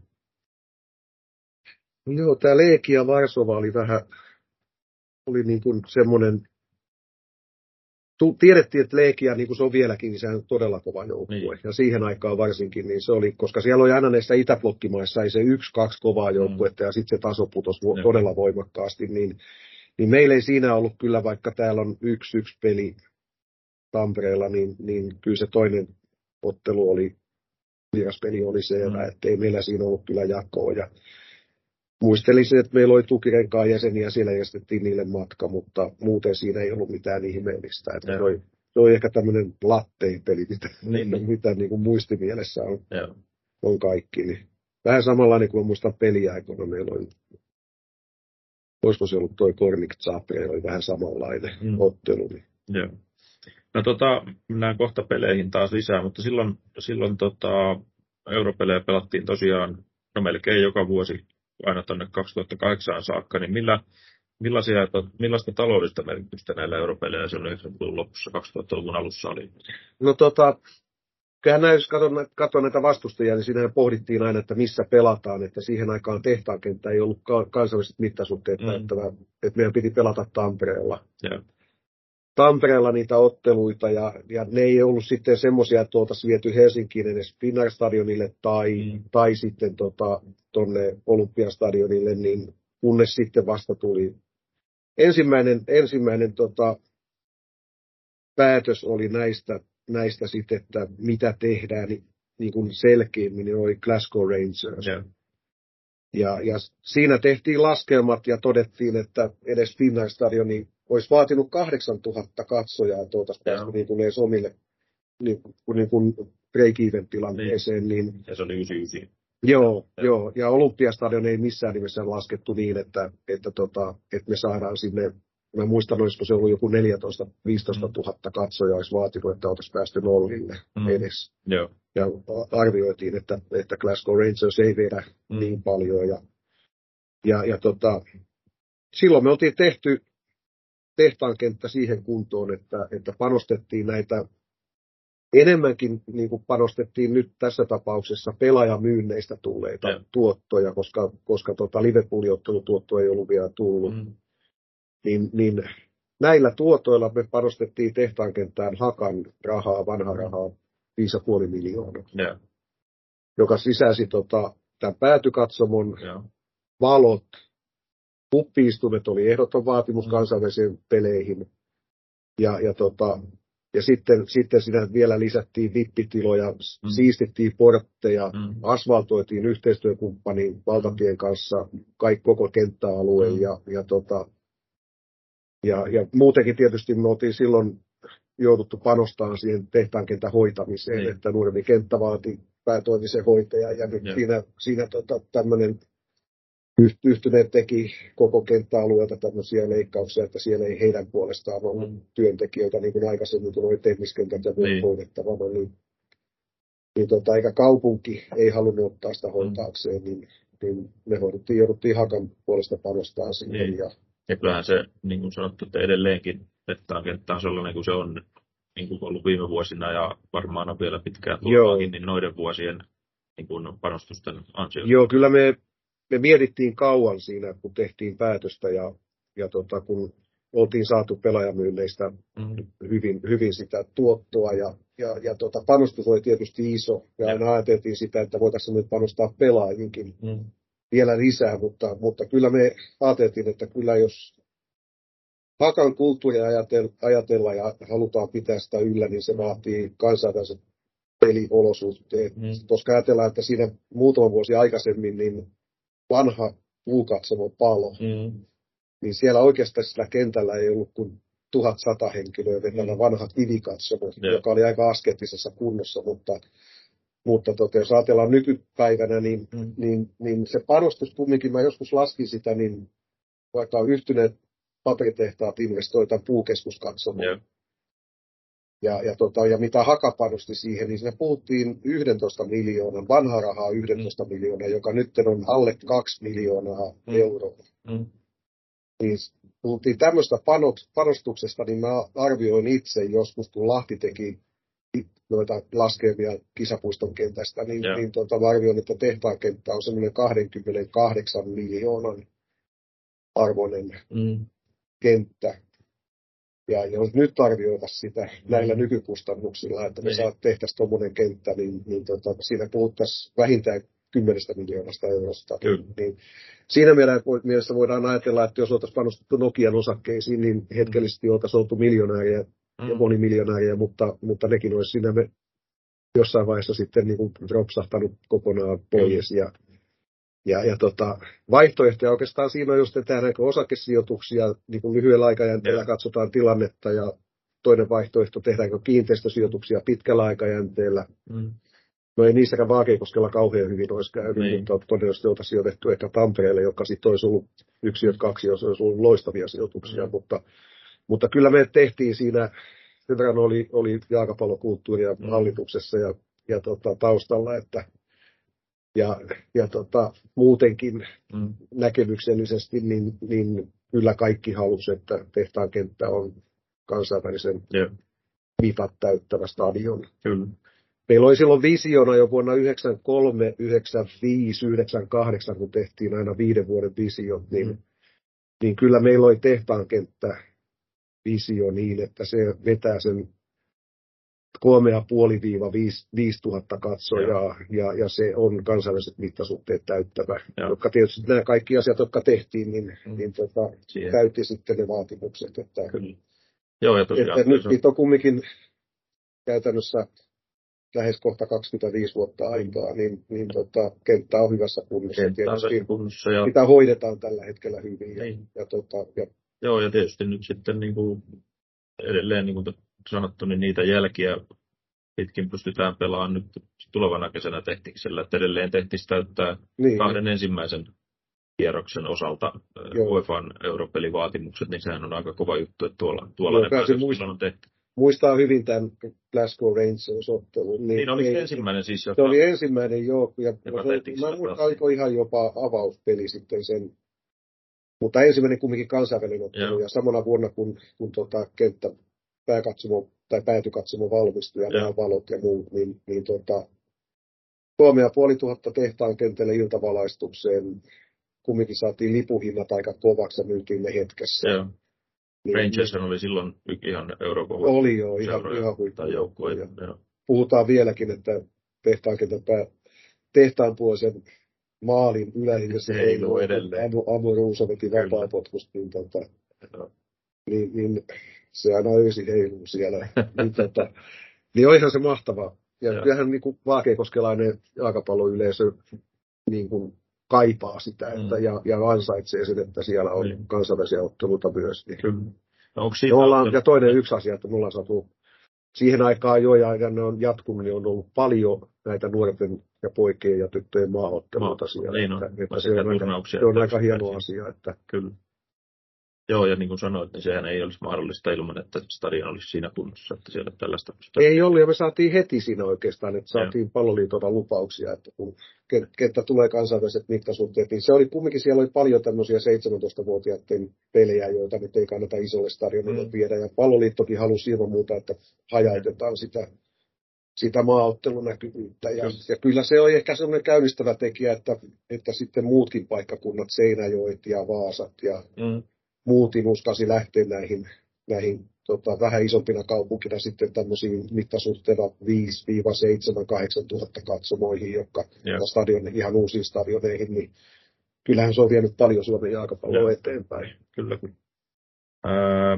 Joo, tämä Legia Varsova oli vähän, oli niin kuin semmoinen, tiedettiin, että Legia, niin kuin se on vieläkin, niin se on todella kova joukkue. Niin. Ja siihen aikaan varsinkin, niin se oli, koska siellä oli aina näissä itäblokkimaissa, ei se yksi, kaksi kovaa joukkuetta, mm. ja sitten se taso putosi mm. todella voimakkaasti, niin, niin meillä ei siinä ollut kyllä, vaikka täällä on yksi yksi peli Tampereella, niin, niin kyllä se toinen ottelu oli, vieraspeli oli selvä, mm. että ei meillä siinä ollut kyllä jakoa. Ja muistelisin, että meillä oli tukirenkaan jäseniä, siellä järjestettiin niille matka, mutta muuten siinä ei ollut mitään ihmeellistä. Että se, oli, se oli ehkä tämmöinen latteipeli, mitä, niin. mitä niin kuin muistimielessä on, on kaikki. Niin vähän samanlainen kuin muistan peliaikoina. Meillä oli, olisiko se ollut toi Kornik Zabre, oli vähän samanlainen mm. ottelu. Niin. Joo. No tota, mennään kohta peleihin taas lisää, mutta silloin, silloin tota, europelejä pelattiin tosiaan no melkein joka vuosi aina tuonne kaksituhattakahdeksan saakka, niin millä, millaisia, millaista taloudellista merkitystä näillä europeleillä silloin yhdeksänkymmentäluvun lopussa, kaksituhattaluvun alussa oli? No tota, kyllähän näin, jos katson, katson näitä vastustajia, niin siinä pohdittiin aina, että missä pelataan, että siihen aikaan tehtaankenttä ei ollut kansainväliset mittasuhteet, mm. että, että meidän piti pelata Tampereella. Yeah. Tampereella niitä otteluita, ja, ja ne ei ollut sitten semmoisia, että oltaisiin viety Helsinkiin edes Finnair-stadionille tai, mm. tai sitten tota, tuonne Olympiastadionille, niin kunnes sitten vasta tuli ensimmäinen, ensimmäinen tota, päätös oli näistä, näistä sitten, että mitä tehdään niin, niin kuin selkeämmin, niin oli Glasgow Rangers. Yeah. Ja, ja siinä tehtiin laskelmat ja todettiin, että edes Finnair-stadioni olisi vaatinut kahdeksantuhatta katsojaa, että oltaisiin päästy niin kuin edes omille niin kuin, niin kuin break-even tilanteeseen. Niin, niin, ja se oli yhdeksänkymmentäyhdeksän. Joo, ja. joo, ja Olympiastadion ei missään nimessä laskettu niin, että, että, tota, että me saadaan sinne, mä muistan, olisiko se ollut joku neljätoista viisitoista tuhatta katsojaa olisi vaatinut, että oltaisiin päästy nollille mm. edes. Joo. Ja arvioitiin, että, että Glasgow Rangers ei vedä mm. niin paljon. Ja, ja, ja tota, silloin me oltiin tehty tehtaankenttä siihen kuntoon, että, että panostettiin näitä, enemmänkin niin kuin panostettiin nyt tässä tapauksessa pelaajamyynneistä tulleita ja. tuottoja, koska, koska tota Liverpoolin ottelutuotto ei ollut vielä tullut. Mm. Niin, niin näillä tuotoilla me panostettiin tehtaankenttään Hakan rahaa, vanhaa rahaa, viisi pilkku viisi miljoonaa, ja. joka sisäsi tota, tämän päätykatsomon, ja. valot, puppi-istumet oli ehdoton vaatimus mm. kansainvälisiin peleihin. Ja, ja, tota, ja sitten, sitten siinä vielä lisättiin vippitiloja, mm. siistittiin portteja, mm. asfaltoitiin yhteistyökumppanin valtatien kanssa kaikki koko kenttäalue. Mm. Ja, ja, tota, ja, ja muutenkin tietysti me oltiin silloin jouduttu panostamaan siihen tehtaankentän hoitamiseen, niin. Että Nurmi kenttä vaati päätoimisen hoitajan ja nyt ja. siinä, siinä tota, tämmöinen yhtyneet teki koko kenttäalueelta tämmöisiä leikkauksia, että siellä ei heidän puolestaan ole mm. työntekijöitä, niin kuin aikaisemmin, kun oli tekniskentät ja muut niin. hoidettavana, niin, niin tota, eikä kaupunki ei halunnut ottaa sitä hoitaakseen, mm. niin, niin me hoidettiin, jouduttiin Hakan puolesta panostaa siihen. Niin. Ja, ja kyllähän se, niin kuin sanottu, että edelleenkin tehtaankenttä on sellainen kuin se on niin kuin ollut viime vuosina ja varmaan on vielä pitkään tulevaakin, niin noiden vuosien niin kuin panostusten ansioita. Joo, kyllä me Me mietittiin kauan siinä, kun tehtiin päätöstä ja, ja tota, kun oltiin saatu pelaajamyynneistä mm. hyvin, hyvin sitä tuottoa ja, ja, ja tota, panostus oli tietysti iso ja aina ja. ajateltiin sitä, että voitaisiin nyt panostaa pelaajinkin mm. vielä lisää, mutta, mutta kyllä me ajateltiin, että kyllä jos Hakan kulttuuria ajatella ja halutaan pitää sitä yllä, niin se vaatii kansainväliset peliolosuhteet, mm. koska ajatellaan, että siinä muutama vuosi aikaisemmin niin vanha puukatsomo palo, mm. niin siellä oikeastaan sillä kentällä ei ollut kuin tuhatsata henkilöä vetävä mm. vanha kivikatsomo, yeah. joka oli aika askeettisessa kunnossa, mutta, mutta tota, jos ajatellaan nykypäivänä, niin, mm. niin, niin se panostus kumminkin, mä joskus laskin sitä, niin vaikka on yhtyneet paperitehtaat investoitaan puukeskuskatsomoon, yeah. Ja, ja, tota, ja mitä Haka panosti siihen, niin siinä puhuttiin yksitoista miljoonan, vanha rahaa yksitoista mm. miljoonaa, joka nyt on alle kaksi miljoonaa mm. euroa. Mm. Niin puhuttiin tämmöistä panostuksesta, niin mä arvioin itse joskus, kun Lahti teki noita laskelmia kisapuiston kentästä, niin, yeah. niin tota, mä arvioin, että tehtaankenttä on semmoinen kaksikymmentäkahdeksan miljoonan arvoinen mm. kenttä. Ja jos nyt arvioitaisiin sitä näillä mm. nykykustannuksilla, että me niin. saa tehtäisiin tuommoinen kenttä, niin, niin tota, siinä puhuttaisiin vähintään kymmenestä miljoonasta eurosta. Niin siinä mielessä voidaan ajatella, että jos oltaisiin panostettu Nokian osakkeisiin, niin hetkellisesti oltaisiin oltu miljonääriä mm. ja monimiljonääriä, mutta, mutta nekin olisi siinä me jossain vaiheessa sitten niin kuin dropsahtanut kokonaan pois. Mm. Ja, ja, ja tota, vaihtoehtoja oikeastaan siinä on, jos tehdään näitä osakesijoituksia niin kuin lyhyellä aikajänteellä, katsotaan tilannetta, ja toinen vaihtoehto, tehdäänkö kiinteistösijoituksia pitkällä aikajänteellä. Mm. No ei niissäkään Vaakeikoskella kauhean hyvin olisi käynyt, niin. mutta todennäköisesti oltaisiin sijoitettu ehkä Tampereelle, joka sitten olisi ollut yksi ja kaksi, jos olisi ollut loistavia sijoituksia, mm. mutta, mutta kyllä me tehtiin siinä, sen verran oli, oli jalkapallokulttuuria mm. hallituksessa ja, ja tota, taustalla, että Ja, ja tota, muutenkin mm. näkemyksellisesti, niin, niin kyllä kaikki halusi, että tehtaankenttä on kansainvälisen yeah. mitat täyttävä stadion. Kyllä. Meillä oli silloin visiona jo vuonna yhdeksänkymmentäkolme, yhdeksänkymmentäviisi, yhdeksänkymmentäkahdeksan, kun tehtiin aina viiden vuoden visiot, niin, mm. niin kyllä meillä oli tehtaankenttä visio niin, että se vetää sen kolme ja puoli viiva viisi tuhatta katsojaa, ja, ja se on kansainväliset mittasuhteet täyttävä. Ja. Jotka tietysti nämä kaikki asiat, jotka tehtiin, niin, mm. niin tota, täytti sitten ne vaatimukset. Että, Joo, ja tosiaan, että nyt niitä on kumminkin käytännössä lähes kohta kaksikymmentäviisi vuotta aikaa, niin, niin tota, kenttä on hyvässä kunnossa. Tietysti kunnossa ja mitä hoidetaan tällä hetkellä hyvin. Ja, ja, tota, ja, Joo, ja tietysti nyt sitten niin kuin edelleen, niin kuin sanottu, niin niitä jälkiä pitkin pystytään pelaamaan nyt tulevana kesänä Tehtiksellä, että edelleen Tehtis täyttää niin, kahden niin. ensimmäisen kierroksen osalta UEFAn europelivaatimukset, niin sehän on aika kova juttu, että tuolla, tuolla ne päätöksillä on tehty. Muistaa hyvin tämän Glasgow Rangers-ottelun. Niin, niin oli se ensimmäinen siis. Joka, se oli ensimmäinen, joo. Ja mä muistan, oliko ihan jopa avauspeli sitten sen. Mutta ensimmäinen kumminkin kansainvälinen ottelu. Ja samana vuonna, kun, kun tota, kenttä pääkatsomo tai päätykatsomo valmistui ja nämä valot ja muut, niin, niin tota, kolme ja puoli tuhatta tehtaan kentälle iltavalaistukseen. Kumminkin saatiin lipuhinnat aika kovaksi ja myytiin ne hetkessä. Joo. Niin, Rangers niin, oli silloin ihan Euroopan huippu. Oli joo, ihan, ihan huippu. Puhutaan vieläkin, että tehtaan kentän tehtaan puolisen maalin ylähinnässä heiluu edelleen. Amo Ruusa veti vapaapotkusta, niin, tota, niin, niin se aina öisin heiluu siellä. niin, tota, niin on ihan se mahtavaa. Ja Joo. kyllähän niin vaakeikoskelainen jalkapalloyleisö niin kuin kaipaa sitä että, mm. ja, ja ansaitsee sen, että siellä on mm. kansainvälisiä otteluita myös. Niin. Kyllä. No, ja, ollaan, ja toinen yksi asia, että me ollaan saatu siihen aikaan jo, ja ne on jatkunut, niin on ollut paljon näitä nuorten ja poikien ja tyttöjen maaotteluita siellä. Niin on. Että, että se on, aika, se on aika hieno asia. Että... Kyllä. Joo, ja niin kuin sanoit, niin sehän ei olisi mahdollista ilman, että stadion olisi siinä kunnossa, että siellä tällaista pystyy. Ei ollut, ja me saatiin heti siinä oikeastaan, että saatiin ja. Palloliitolta lupauksia, että kun kenttä tulee kansainväliset mittasuhteet, niin se oli kumminkin, siellä oli paljon tämmöisiä seitsemäntoistavuotiaiden pelejä, joita nyt ei kannata isolle stadionille mm. viedä, ja Palloliittokin halusi ilman muuta, että hajautetaan sitä, sitä maaottelunäkyvyyttä, ja, ja kyllä se on ehkä semmoinen käynnistävä tekijä, että, että sitten muutkin paikkakunnat, Seinäjoet ja Vaasat ja mm. muutin uskasi lähteä näihin, näihin tota, vähän isompina kaupunkina sitten tämmöisiin mittasuhteena viisi seitsemän kahdeksan tuhatta katsomoihin, jotka stadion, ihan uusiin stadioneihin, niin kyllähän se on vienyt paljon Suomen jalkapalloa eteenpäin. Kyllä. Öö,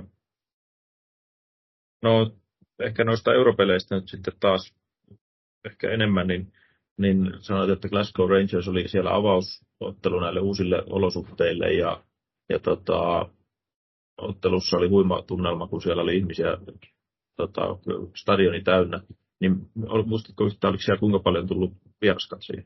no ehkä noista europeleistä nyt sitten taas ehkä enemmän, niin, niin sanoit, että Glasgow Rangers oli siellä avausottelu näille uusille olosuhteille ja Ja tota, ottelussa oli huima tunnelma, kun siellä oli ihmisiä tota, stadioni täynnä. Niin muistatko yhtään, oliko siellä kuinka paljon tullut vieraskatsojia?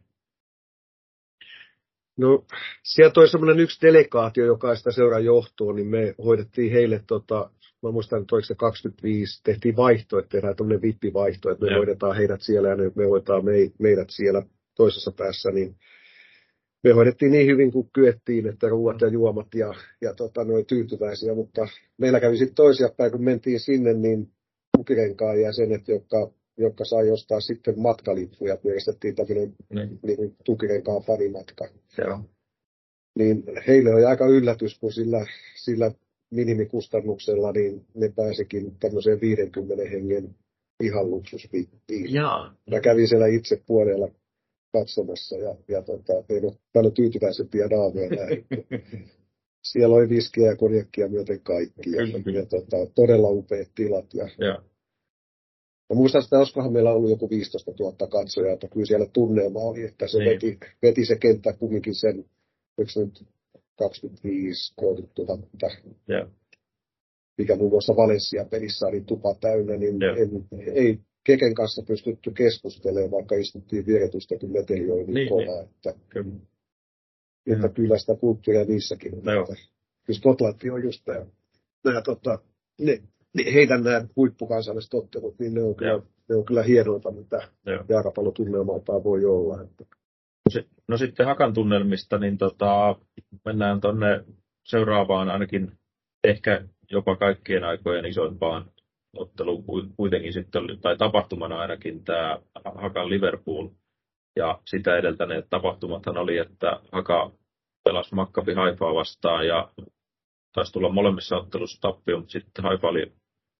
No, sieltä oli semmoinen yksi delegaatio, joka sitä seuran johtoon, niin me hoidettiin heille, tota, mä muistan, että oliko se kaksikymmentäviisi, tehtiin vaihto, että tehdään tämmöinen vippivaihto, että me ja. hoidetaan heidät siellä ja me hoidetaan meidät siellä toisessa päässä, niin me hoidettiin niin hyvin kuin kyettiin, että ruuat ja juomat ja, ja tota, ne oli tyytyväisiä, mutta meillä kävi sitten toisiapäin, kun mentiin sinne, niin Tukirenkaan jäsenet, jotka, jotka sai ostaa sitten matkalippuja, järjestettiin tämmöinen mm. niin Tukirenkaan fanimatka. Joo. Niin heille oli aika yllätys, kun sillä, sillä minimikustannuksella niin ne pääsikin tämmöiseen viidenkymmenen hengen ihan luksusvippiin. Mä kävin siellä itse puolella katsomassa ja, ja tota, ei ole paljon tyytyväisempiä daameja näin. Siellä oli viskiä ja konjakkia myöten kaikki ja, ja tota, todella upeat tilat. Ja, ja. ja muistan sitä, olisikohan meillä ollut joku viisitoista tuhatta katsojaa, että kyllä siellä tunnelma oli, että se niin. veti, veti se kenttä kumminkin sen, oliko se nyt kaksikymmentäviisi kolmekymmentä tuhatta, ja. mikä muun muassa Valencia-pelissä oli tupa täynnä, niin en, ei Keken kanssa pystytty keskustelemaan, vaikka istuttiin vieretystäkin metelioi niin, niin kovaa, niin. Että, kyllä. että kyllä sitä kulttuuria niissäkin on. No. Kyllä Skotlanti on just tämä, nämä, tota, ne, ne, heidän nämä huippukansalliset ottelut, niin ne on kyllä, ne on kyllä hienoita, mitä jalkapallotunnelmaltaan voi olla. Että. No sitten Hakan tunnelmista, niin tota, mennään tuonne seuraavaan ainakin ehkä jopa kaikkien aikojen isoimpaan ottelu kuitenkin sitten oli, tai tapahtumana ainakin tämä Hakan Liverpool. Ja sitä edeltäneet tapahtumathan oli, että Haka pelasi Maccabi Haifaa vastaan ja taisi tulla molemmissa ottelussa tappio, mutta sitten Haifa oli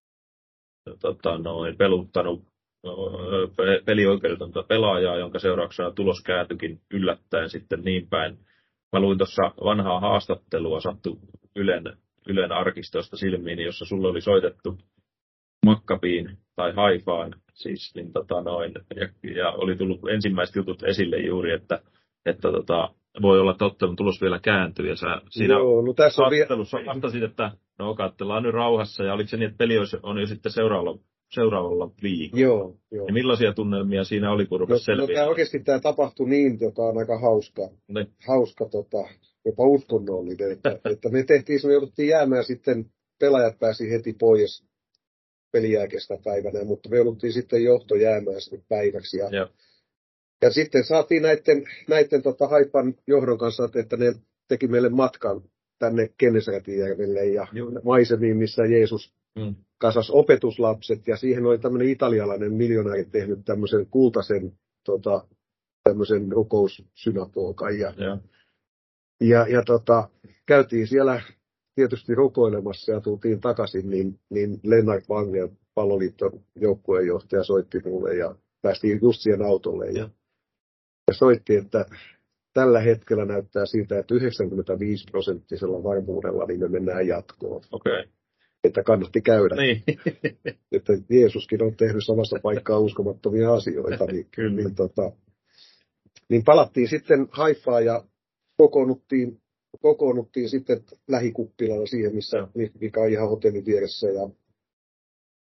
tota, noin, peluttanut pelioikeudetonta pelaajaa, jonka seurauksena tulos kääntyikin yllättäen sitten niin päin. Mä luin tuossa vanhaa haastattelua, sattu Ylen, Ylen arkistosta silmiin, jossa sulle oli soitettu Maccabiin tai Haifaan, siis, niin, tota, noin, ja, ja oli tullut ensimmäiset jutut esille juuri, että, että tota, voi olla, että ottelun tulos vielä kääntyy, ja sä siinä Joo, no tässä haastattelussa vie... vastasit, että no katsellaan nyt rauhassa, ja oliko se niin, että peli on jo sitten seuraavalla, seuraavalla viikolla? Joo, joo. Ja millaisia tunnelmia siinä oli, kun rupesi no, selviä? No tämä oikeasti tämä tapahtui niin, joka on aika hauska, ne. hauska tota, jopa uskonnollinen, että, että me tehtiin, me jouduttiin jäämään sitten, pelaajat pääsi heti pois pelijälkeistä päivänä, mutta me jouduttiin sitten johto jäämään sinne päiväksi. Ja, ja. ja sitten saatiin näiden, näiden tota, Haifan johdon kanssa, että ne teki meille matkan tänne Kennesrätijärvelle ja Juh. maisemiin, missä Jeesus mm. kasas opetuslapset. Ja siihen oli tämmöinen italialainen miljonääri tehnyt tämmöisen kultaisen tota, tämmöisen rukoussynagogan. Ja, ja. ja, ja tota, käytiin siellä tietysti rukoilemassa ja tultiin takaisin, niin, niin Lennart Wange, Palloliiton joukkueenjohtaja, soitti mulle ja päästiin just siihen autolle. Ja, ja soitti, että tällä hetkellä näyttää siltä, että yhdeksänkymmentäviisi prosenttisella varmuudella niin me mennään jatkoon. Okay. Että kannatti käydä. Niin. Että Jeesuskin on tehnyt samassa paikkaa uskomattomia asioita. Niin, Kyllä. Niin, tota, niin palattiin sitten Haifaan ja kokoonnuttiin kokoonnuttiin sitten lähikuppilalla siihen, missä, mikä on ihan hotellin vieressä. Ja,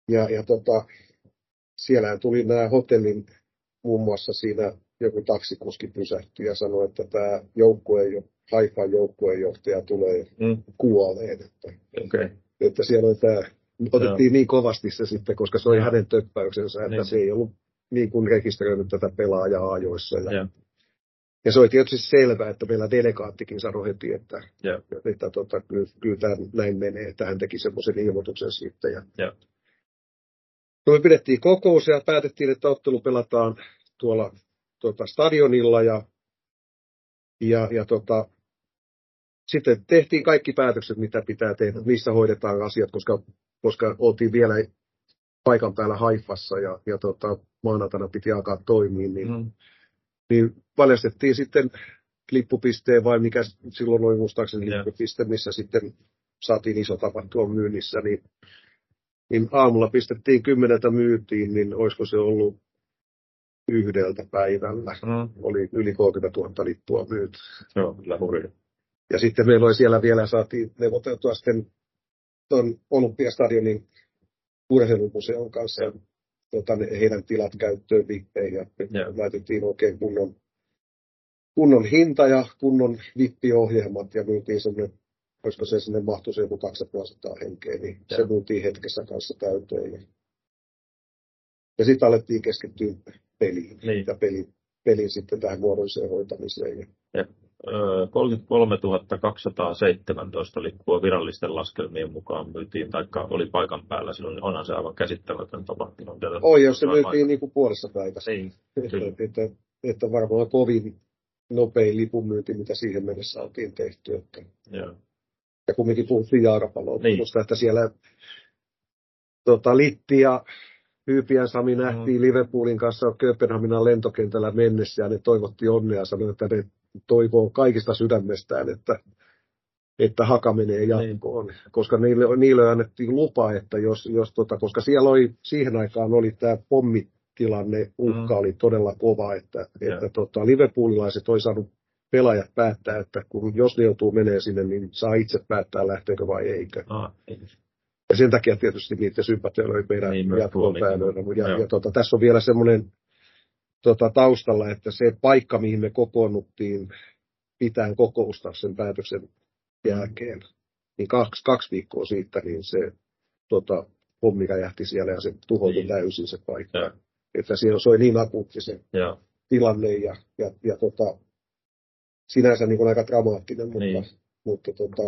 Ja, ja tota, siellä tuli nämä hotellin, muun muassa siinä joku taksikuski pysähtyi ja sanoi, että tämä joukkue, Haifan joukkueenjohtaja tulee mm. kuoleen. Että, okay. että siellä oli tämä, otettiin no. niin kovasti se sitten, koska se oli no. hänen töppäyksensä, että niin. se ei ollut niin kuin rekisteröinyt tätä pelaajaa ajoissa. Ja, ja. ja se oli tietysti selvää, että meillä delegaattikin sanoi heti, että, ja. että tota, kyllä, kyllä tämä näin menee, että hän teki semmoisen ilmoituksen siitä. Ja, ja. No me pidettiin kokous ja päätettiin, että ottelu pelataan tuolla tuota, stadionilla ja, ja, ja tota, sitten tehtiin kaikki päätökset, mitä pitää tehdä, missä hoidetaan asiat, koska, koska oltiin vielä paikan päällä Haifassa ja, ja tota, maanantaina piti alkaa toimia, niin, mm. niin paljastettiin sitten lippupisteen, vai mikä silloin oli muistaakseni yeah. lippupiste, missä sitten saatiin iso tapahtuma myynnissä, niin, niin aamulla pistettiin kymmeneltä myytiin, niin olisiko se ollut yhdeltä päivällä. Mm. Oli yli kolmekymmentätuhatta lippua myyty. Joo, kyllä hurja. Ja sitten meillä oli siellä vielä, saatiin neuvoteltua sitten tuon Olympiastadionin urheilumuseon kanssa ja. Tota, heidän tilat käyttöön vippeihin ja, ja laitettiin oikein kunnon, kunnon hinta ja kunnon vippiohjelmat ja myytiin semmoinen, olisiko se sinne mahtui se joku kaksituhatta henkeä, niin ja. se myytiin hetkessä kanssa täyteen. Ja, ja sitten alettiin keskittyä peliin niin. ja pelin, pelin sitten tähän muodolliseen hoitamiseen. Ja. Ja, ö, kolmekymmentäkolmetuhatta kaksisataaseitsemäntoista lippua virallisten laskelmien mukaan myytiin, taikka oli paikan päällä silloin, onhan se aivan käsittämätön tapahtuma. Oi, jos se myytiin niin kuin puolessa päivässä. Niin, että, että, että varmaan kovin nopein lipunmyynti, mitä siihen mennessä oltiin tehty. Että. Ja. ja kumminkin puhuttiin jalkapalloottelusta, niin. että siellä tota, Litti ja Hyypiän Sami nähtiin mm. Liverpoolin kanssa Kööpenhaminan lentokentällä mennessä ja ne toivotti onnea ja sanoi, että ne toivoo kaikista sydämestään, että, että Haka menee jatkoon, niin. koska niille, niille annettiin lupa, että jos, jos tota, koska siellä oli, siihen aikaan oli tämä pommitilanne, uhka mm. oli todella kova, että, että tota, liverpoolilaiset oli saanut pelaajat päättää, että kun, jos ne joutuu menee sinne, niin saa itse päättää lähteekö vai eikö. Ah, ei. Ja sen takia tietysti niiden sympatioilla oli meidän niin, jatkoon päällöillä. Ja, ja tota, tässä on vielä semmoinen tota, taustalla, että se paikka, mihin me kokoonnuttiin pitään kokousta sen päätöksen jälkeen, niin kaksi, kaksi viikkoa siitä, niin se tota, pommi räjähti siellä ja se tuhoutui niin. täysin se paikka. Ja. Että siellä se oli niin akuutti se ja. tilanne ja, ja, ja tota, sinänsä niin kuin aika dramaattinen, mutta, niin. mutta tota,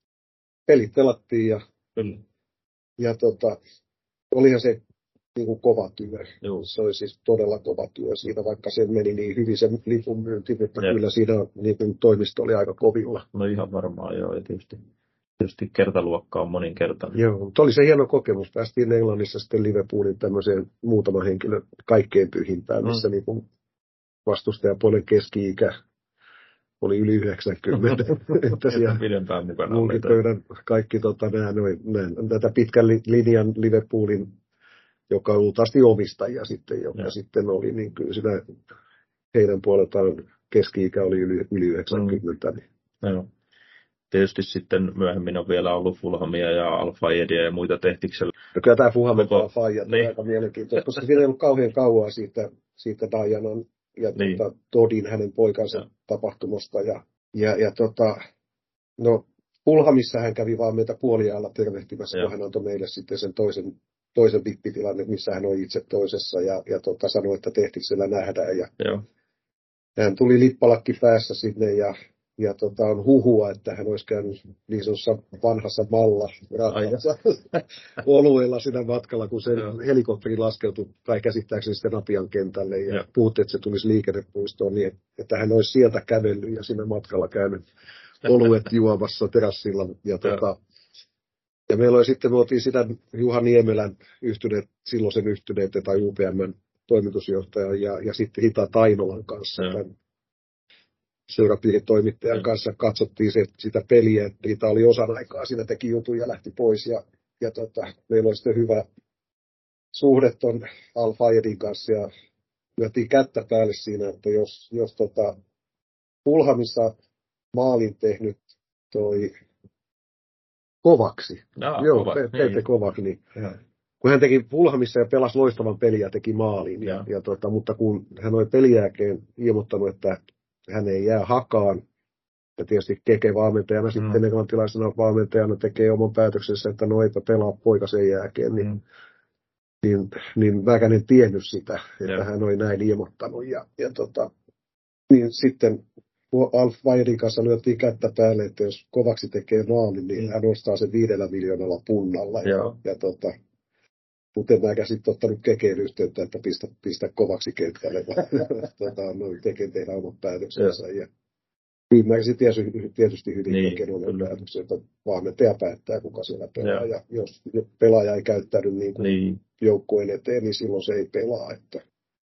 pelit pelattiin ja Kyllä. Ja tota, olihan se niin kuin kova työ. Joo. Se oli siis todella kova työ siinä, vaikka se meni niin hyvin se lipun myynti, mutta ja. kyllä siinä niin kuin toimisto oli aika kovilla. No ihan varmaan joo, ja tietysti, tietysti kertaluokka on moninkertainen. Joo, mutta oli se hieno kokemus. Päästiin Englannissa sitten Liverpoolin tämmöiseen muutaman henkilön kaikkein pyhimpään, missä mm. niin kuin vastustajapuolen keski-ikä oli yli yhdeksänkymmentä. että siellä pidempään mukana. Mulkipöydän kaikki tota, nää, noin, nää, tätä pitkän linjan Liverpoolin, joka on luultavasti omistajia sitten, joka ja. sitten oli, niin kyllä siinä heidän puoleltaan keski-ikä oli yli, yli yhdeksänkymmentä. Mm. Niin. No. Tietysti sitten myöhemmin on vielä ollut Fulhamia ja Al-Fayedia ja muita tehtiksellä. No kyllä tämä Fulham ja Al-Fayed on niin. aika mielenkiintoista, koska siinä ei ollut kauhean kauaa siitä, siitä Dianan ja niin. tuota, Todin, hänen poikansa ja. tapahtumasta. Ja, ja, ja tota, no, Fulhamissa hän kävi vaan meitä puoliajalla tervehtimässä, ja. kun hän antoi meille sitten sen toisen, toisen vippitilanne, missä hän oli itse toisessa, ja, ja tota, sanoi, että tehtiksellä nähdään. Ja ja. Hän tuli lippalakki päässä sinne, ja, ja tota, on huhua, että hän olisi käynyt niin sanotussa vanhassa malla rahassa olueella siinä matkalla, kun se helikopteri laskeutui, tai käsittääkseni sitten Apian kentälle, ja, ja. puhuttiin, että se tulisi liikennepuistoon, niin että hän olisi sieltä kävellyt ja siinä matkalla käynyt oluet juomassa terassilla. Ja, tota, ja meillä oli sitten, me oltiin sitä Juha Niemelän yhtyneet, silloisen yhtyneet tai U P M:n toimitusjohtajan ja, ja sitten Hita Tainolan kanssa, ja. tämän seurapiiritoimittajan ja. kanssa katsottiin se, sitä peliä. Hita oli osan aikaa, siinä teki jutun ja lähti pois. Ja, ja tota, meillä oli sitten hyvä suhde ton Al-Fayedin kanssa ja lyötiin kättä päälle siinä, että jos, jos tota, Fulhamissa maalin tehnyt toi Kovaksi. Jaa, Joo, Kovac, Pe- Pete niin. Kovac, niin kun hän teki Fulhamissa ja pelasi loistavan peliä ja teki maalin. Ja, ja tota, mutta kun hän oli pelin jälkeen ilmoittanut, että hän ei jää Hakaan, ja tietysti Keke valmentajana mm. sitten englantilaisena valmentajana tekee oman päätöksensä, että no eipä pelaa poika sen jälkeen, niin, mm. niin, niin mäkään en tiennyt sitä, että ja. hän oli näin ilmoittanut. Ja, ja tota, niin sitten Alf Vairin kanssa lyötiin kättä päälle, että jos Kovaksi tekee maalin, niin mm. hän ostaa sen viidellä miljoonalla punnalla. Ja, ja tota, mutta en mäkään sitten ottanut Kekeen yhteyttä, että pistä, pistä Kovaksi kentälle, tota, noin Kekeen tehdä omat päätöksensä. Ja, kyllä mä tietysti, tietysti hyvin niin, tekee oman päätöksen, että valmentaja päättää, kuka siellä pelaa. Ja, ja jos pelaaja ei käyttänyt niin kuin niin. joukkueen eteen, niin silloin se ei pelaa. Että.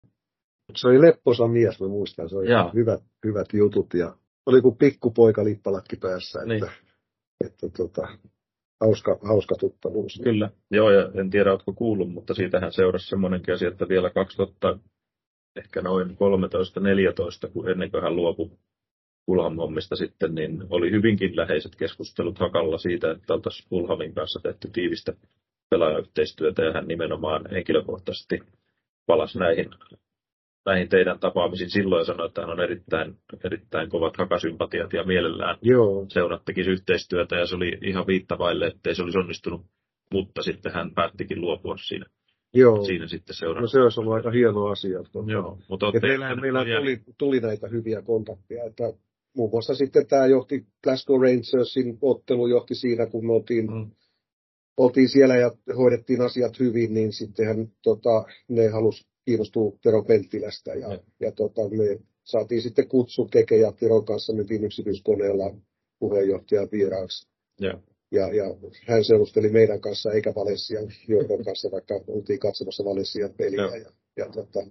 Se oli lepposa mies, mä muistan. Se oli hyvät, hyvät jutut. Ja oli kuin pikkupoika lippalatki päässä. Että, niin. että, että tota, hauska, hauska tuttavuus. Kyllä. Joo, ja en tiedä, oletko kuullut, mutta siitähän seurasi semmoinenkin asia, että vielä kaksituhatta, ehkä noin kolmetoista neljätoista, kun ennen kuin hän luopui Fulham-hommista sitten, niin oli hyvinkin läheiset keskustelut Hakalla siitä, että oltaisiin Fulhamin kanssa tehty tiivistä pelaajayhteistyötä, ja hän nimenomaan henkilökohtaisesti palasi näihin, näihin teidän tapaamisiin silloin ja sanoi, että hän on erittäin, erittäin kovat Hakasympatiat ja mielellään seurat tekisi yhteistyötä, ja se oli ihan viittavaille, ettei se olisi onnistunut, mutta sitten hän päättikin luopua siinä. Joo. Siinä sitten seuraan. No se olisi ollut aika hieno asia. Joo, mutta ja meillähän meillä tuli, tuli näitä hyviä kontakteja, että muun muassa sitten tämä johti Glasgow Rangersin ottelu johti siinä, kun me oltiin, mm. oltiin siellä ja hoidettiin asiat hyvin, niin sittenhän tota, ne halusi kiinnostua Tero Penttilästä ja, mm. ja tota, me saatiin sitten kutsu Keke ja Teron kanssa nyt yksityiskoneella puheenjohtajan vieraaksi. Yeah. Ja, ja hän seurusteli meidän kanssa eikä Valenssian johdon kanssa, vaikka oltiin katsomassa Valenssian peliä. Yeah. Ja, ja, tota,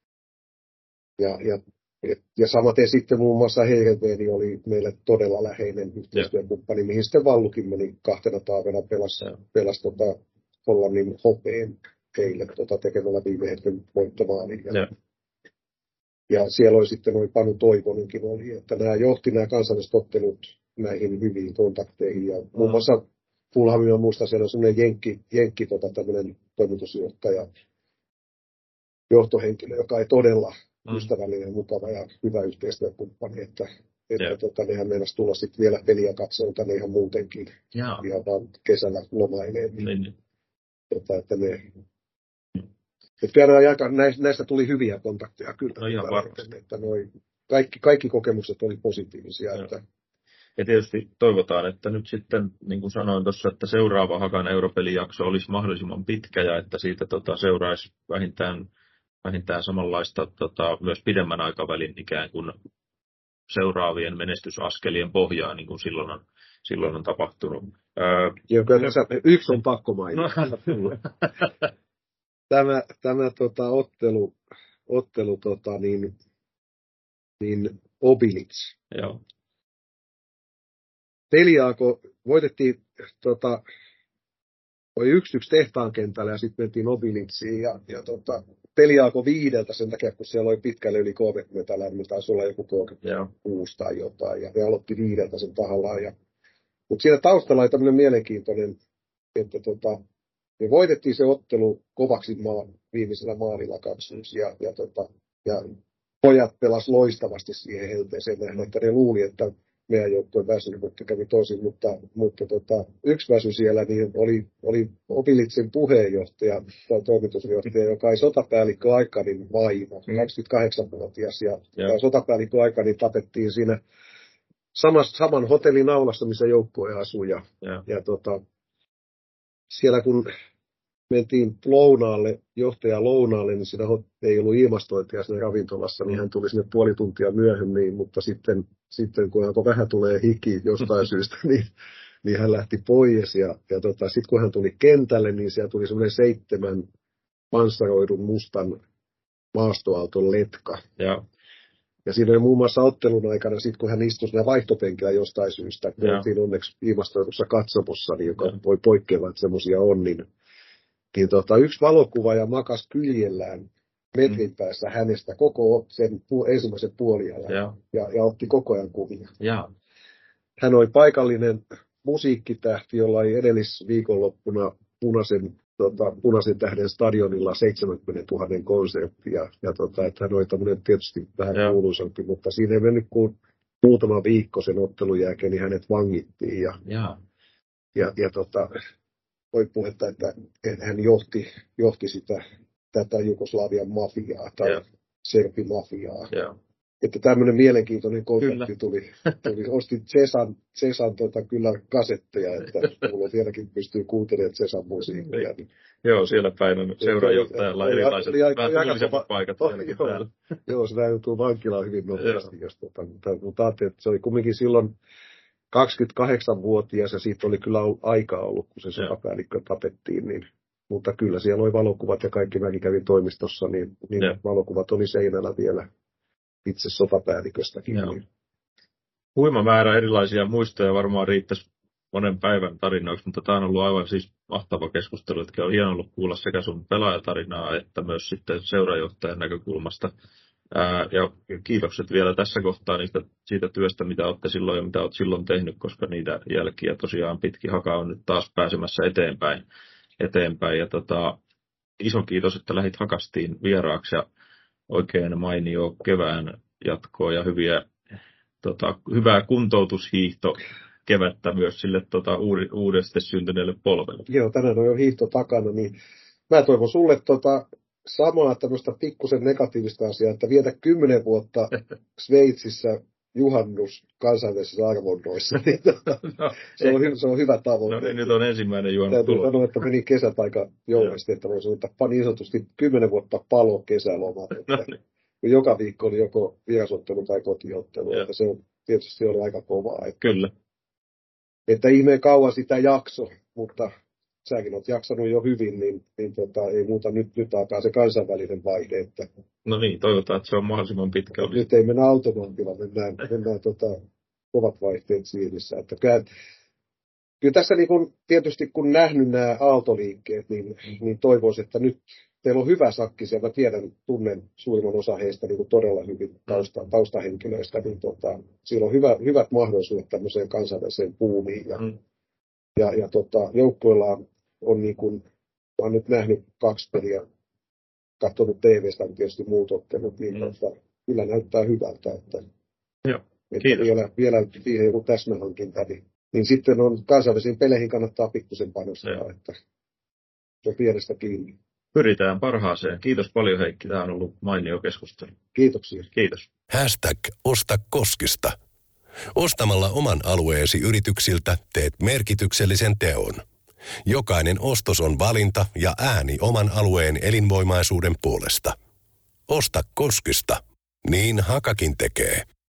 ja, ja Ja samaten sitten muun muassa Heerenveen oli meille todella läheinen yhteistyökumppani, mihin sitten Vallukin meni kahtena taavena pelasi, pelasi tota Hollannin hopeen heille tota, tekemällä viime hetken voittomaalin. Ja, ja siellä oli sitten noin Panu Toivonenkin oli, että nämä johti nämä kansalliset ottelut näihin hyviin kontakteihin. Ja muun muassa Fulhamin on muista siellä on semmoinen jenkki, jenkki tota, tämmöinen toimitusjohtaja, johtohenkilö, joka ei todella Mm. ystävällinen, mukava ja hyvä yhteistyökumppani, että, että yeah. tota, nehän meinasi tulla sitten vielä peliä katsoa tänne ihan muutenkin, yeah. ihan vaan kesällä lomailemaan. Niin, niin. Tota, että ne, että aika, näistä, näistä tuli hyviä kontakteja kyllä. No ihan varmasti. Että noi, kaikki, kaikki kokemukset oli positiivisia. Yeah. Että, ja tietysti toivotaan, että nyt sitten, niin kuin sanoin tuossa, että seuraava Hakan europelijakso olisi mahdollisimman pitkä ja että siitä tota, seuraisi vähintään vähintään samanlaista tota, myös pidemmän aikavälin ikään kuin seuraavien menestysaskelien pohjaa, niin kuin silloin on, silloin on tapahtunut. Öö, Joo, tässä yksi on pakko mainita. No. tämä tämä tota, ottelu, ottelu tota, niin, niin Obilic. Joo. Peliaako voitettiin tota, oli yksi yksi tehtaan kentällä ja sitten mentiin Obilitsiin ja, ja tota, peli alkoi viideltä sen takia, kun siellä oli pitkälle yli kolmekymmentä lämmö, taisi olla joku kolmekymmentäkuusi tai jotain, ja ne aloitti viideltä sen tahallaan. Ja, mutta siinä taustalla oli tämmöinen mielenkiintoinen, että tota, me voitettiin se ottelu kovaksi maan viimeisellä maalilla kaksi ja, ja, tota, ja pojat pelas loistavasti siihen helteeseen nähden, että ne luuli, että meidän joukkojen väsy, mutta kävi toisin, mutta, mutta tota, yksi väsy siellä niin oli, oli Obilitsin puheenjohtaja tai toimitusjohtaja, joka ei sotapäällikkö Aikanin vaimo, kaksikymmentäkahdeksanvuotias, ja, ja sotapäällikkö Aikanin tapettiin siinä samas, saman hotellin aulassa, missä joukkue asui, ja, ja. ja tota, siellä kun mentiin lounaalle, johtaja lounaalle, niin siinä ei ollut ilmastointia siinä ravintolassa, niin hän tuli sinne puoli tuntia myöhemmin, mutta sitten, sitten kun alkoi vähän tulee hiki jostain syystä, niin, niin hän lähti pois. Ja, ja tota, sitten kun hän tuli kentälle, niin siellä tuli semmoinen seitsemän panssaroidun mustan maastoauton letka. Ja, ja siinä oli muun muassa ottelun aikana, sit kun hän istui siinä vaihtopenkillä jostain syystä, kun oltiin onneksi ilmastoidussa katsomossa, niin joka ja. voi poikkeava, että semmoisia on, niin Niin tota, yksi valokuvaaja makas kyljellään metrin päässä hänestä koko sen pu- ensimmäisen puoliajan ja. Ja, ja otti koko ajan kuvia. Ja. Hän oli paikallinen musiikkitähti, jolla oli edellisviikonloppuna punaisen tota, Punaisen Tähden stadionilla seitsemänkymmentätuhatta konserttia. Ja tota, että hän oli tämmöinen tietysti vähän kuuluisampi, mutta siinä ei mennyt kuin muutama viikko sen ottelun jälkeen, niin hänet vangittiin. Ja, ja, ja, ja tota, oli puhetta, että, että hän johti, johti sitä, tätä Jugoslavian mafiaa tai ja. serbimafiaa. Ja. Että tämmöinen mielenkiintoinen kontakti tuli, tuli. Ostin Cesan, Cesan tota, kyllä kasetteja, että mulla vieläkin pystyy kuuntelemaan Cesan musiikkia. Niin. Joo, siellä päin on seurajohtajalla oli, erilaiset oli, oli, vähän tullisemmat paikat oh, joo, täällä. Joo, se joutuu vankilaan hyvin nopeasti. Jos, tota, mutta, mutta ajattelin, että se oli kumminkin silloin kaksikymmentäkahdeksanvuotias ja siitä oli kyllä aikaa ollut, kun se sotapäällikkö tapettiin. Niin, mutta kyllä siellä oli valokuvat ja kaikki, mäkin kävin toimistossa, niin, niin valokuvat oli seinällä vielä. Itse sotapäälliköstäkin. Niin. Huima määrä erilaisia muistoja varmaan riittäisi monen päivän tarinoiksi, mutta tämä on ollut aivan siis mahtava keskustelu, että on hieno ollut kuulla sekä sun pelaajatarinaa että myös sitten seurajohtajan näkökulmasta. Ää, ja kiitokset vielä tässä kohtaa niistä, siitä työstä, mitä olette silloin ja mitä olet silloin tehnyt, koska niitä jälkiä tosiaan pitkin haka on nyt taas pääsemässä eteenpäin. eteenpäin. Ja tota, iso kiitos, että lähdit Hakastiin vieraaksi ja oikein mainio kevään jatkoa ja hyviä, tota, hyvää kuntoutushiihto kevättä myös sille tota, uudesti syntyneelle polvelle. Joo, tänään on jo hiihto takana, niin mä toivon sulle tota, samaa tämmöistä pikkusen negatiivista asiaa, että vietä kymmenen vuotta Sveitsissä juhannus kansainvälisissä arvonnoissa. Niin, no, se, on, se on hyvä tavoite. No niin, nyt on ensimmäinen juhannus tulossa. tulossa. Sanoa, että meni kesät aika jouhesti, että voisi ottaa niin sanotusti kymmenen vuotta palo kesälomat. No niin. Joka viikko oli joko vierasottelu tai kotiottelu. Että se on tietysti oli aika kovaa. Että, Kyllä. Että ihmeen kauan sitä jakso, mutta säkin olet jaksanut jo hyvin, niin, niin tota, ei muuta nyt, nyt alkaa se kansainvälinen vaihde. Että, no niin, toivotaan, että se on mahdollisimman pitkä. Nyt ei mennä automaatilla, mennään, mennään tota, kovat vaihteet siirissä. Että kyllä, kyllä tässä niin kun, tietysti kun nähnyt nämä aaltoliikkeet, niin, niin toivoisin, että nyt teillä on hyvä sakki siellä. Mä tiedän, tunnen suurimman osa heistä niin todella hyvin tausta, taustahenkilöistä. Niin tota, siellä on hyvä, hyvät mahdollisuudet tämmöiseen kansainväliseen buumiin. Ja, mm. ja, ja tota, joukkueilla on, on niin kuin, mä oon nyt nähnyt kaksi peliä, katsonut T V:stä tietysti muut ottelut, niin mm. tota, kyllä näyttää hyvältä. Että, Joo, että vielä, vielä siihen joku täsmähankinta, niin, niin sitten on kansainvälisiin peleihin kannattaa pikkusen panostaa, että se on pienestä kiinni. Pyritään parhaaseen. Kiitos paljon, Heikki. Tämä on ollut mainio keskustelu. Kiitoksia. Kiitos. Hashtag Osta Koskista. Ostamalla oman alueesi yrityksiltä teet merkityksellisen teon. Jokainen ostos on valinta ja ääni oman alueen elinvoimaisuuden puolesta. Osta Koskista. Niin Hakakin tekee.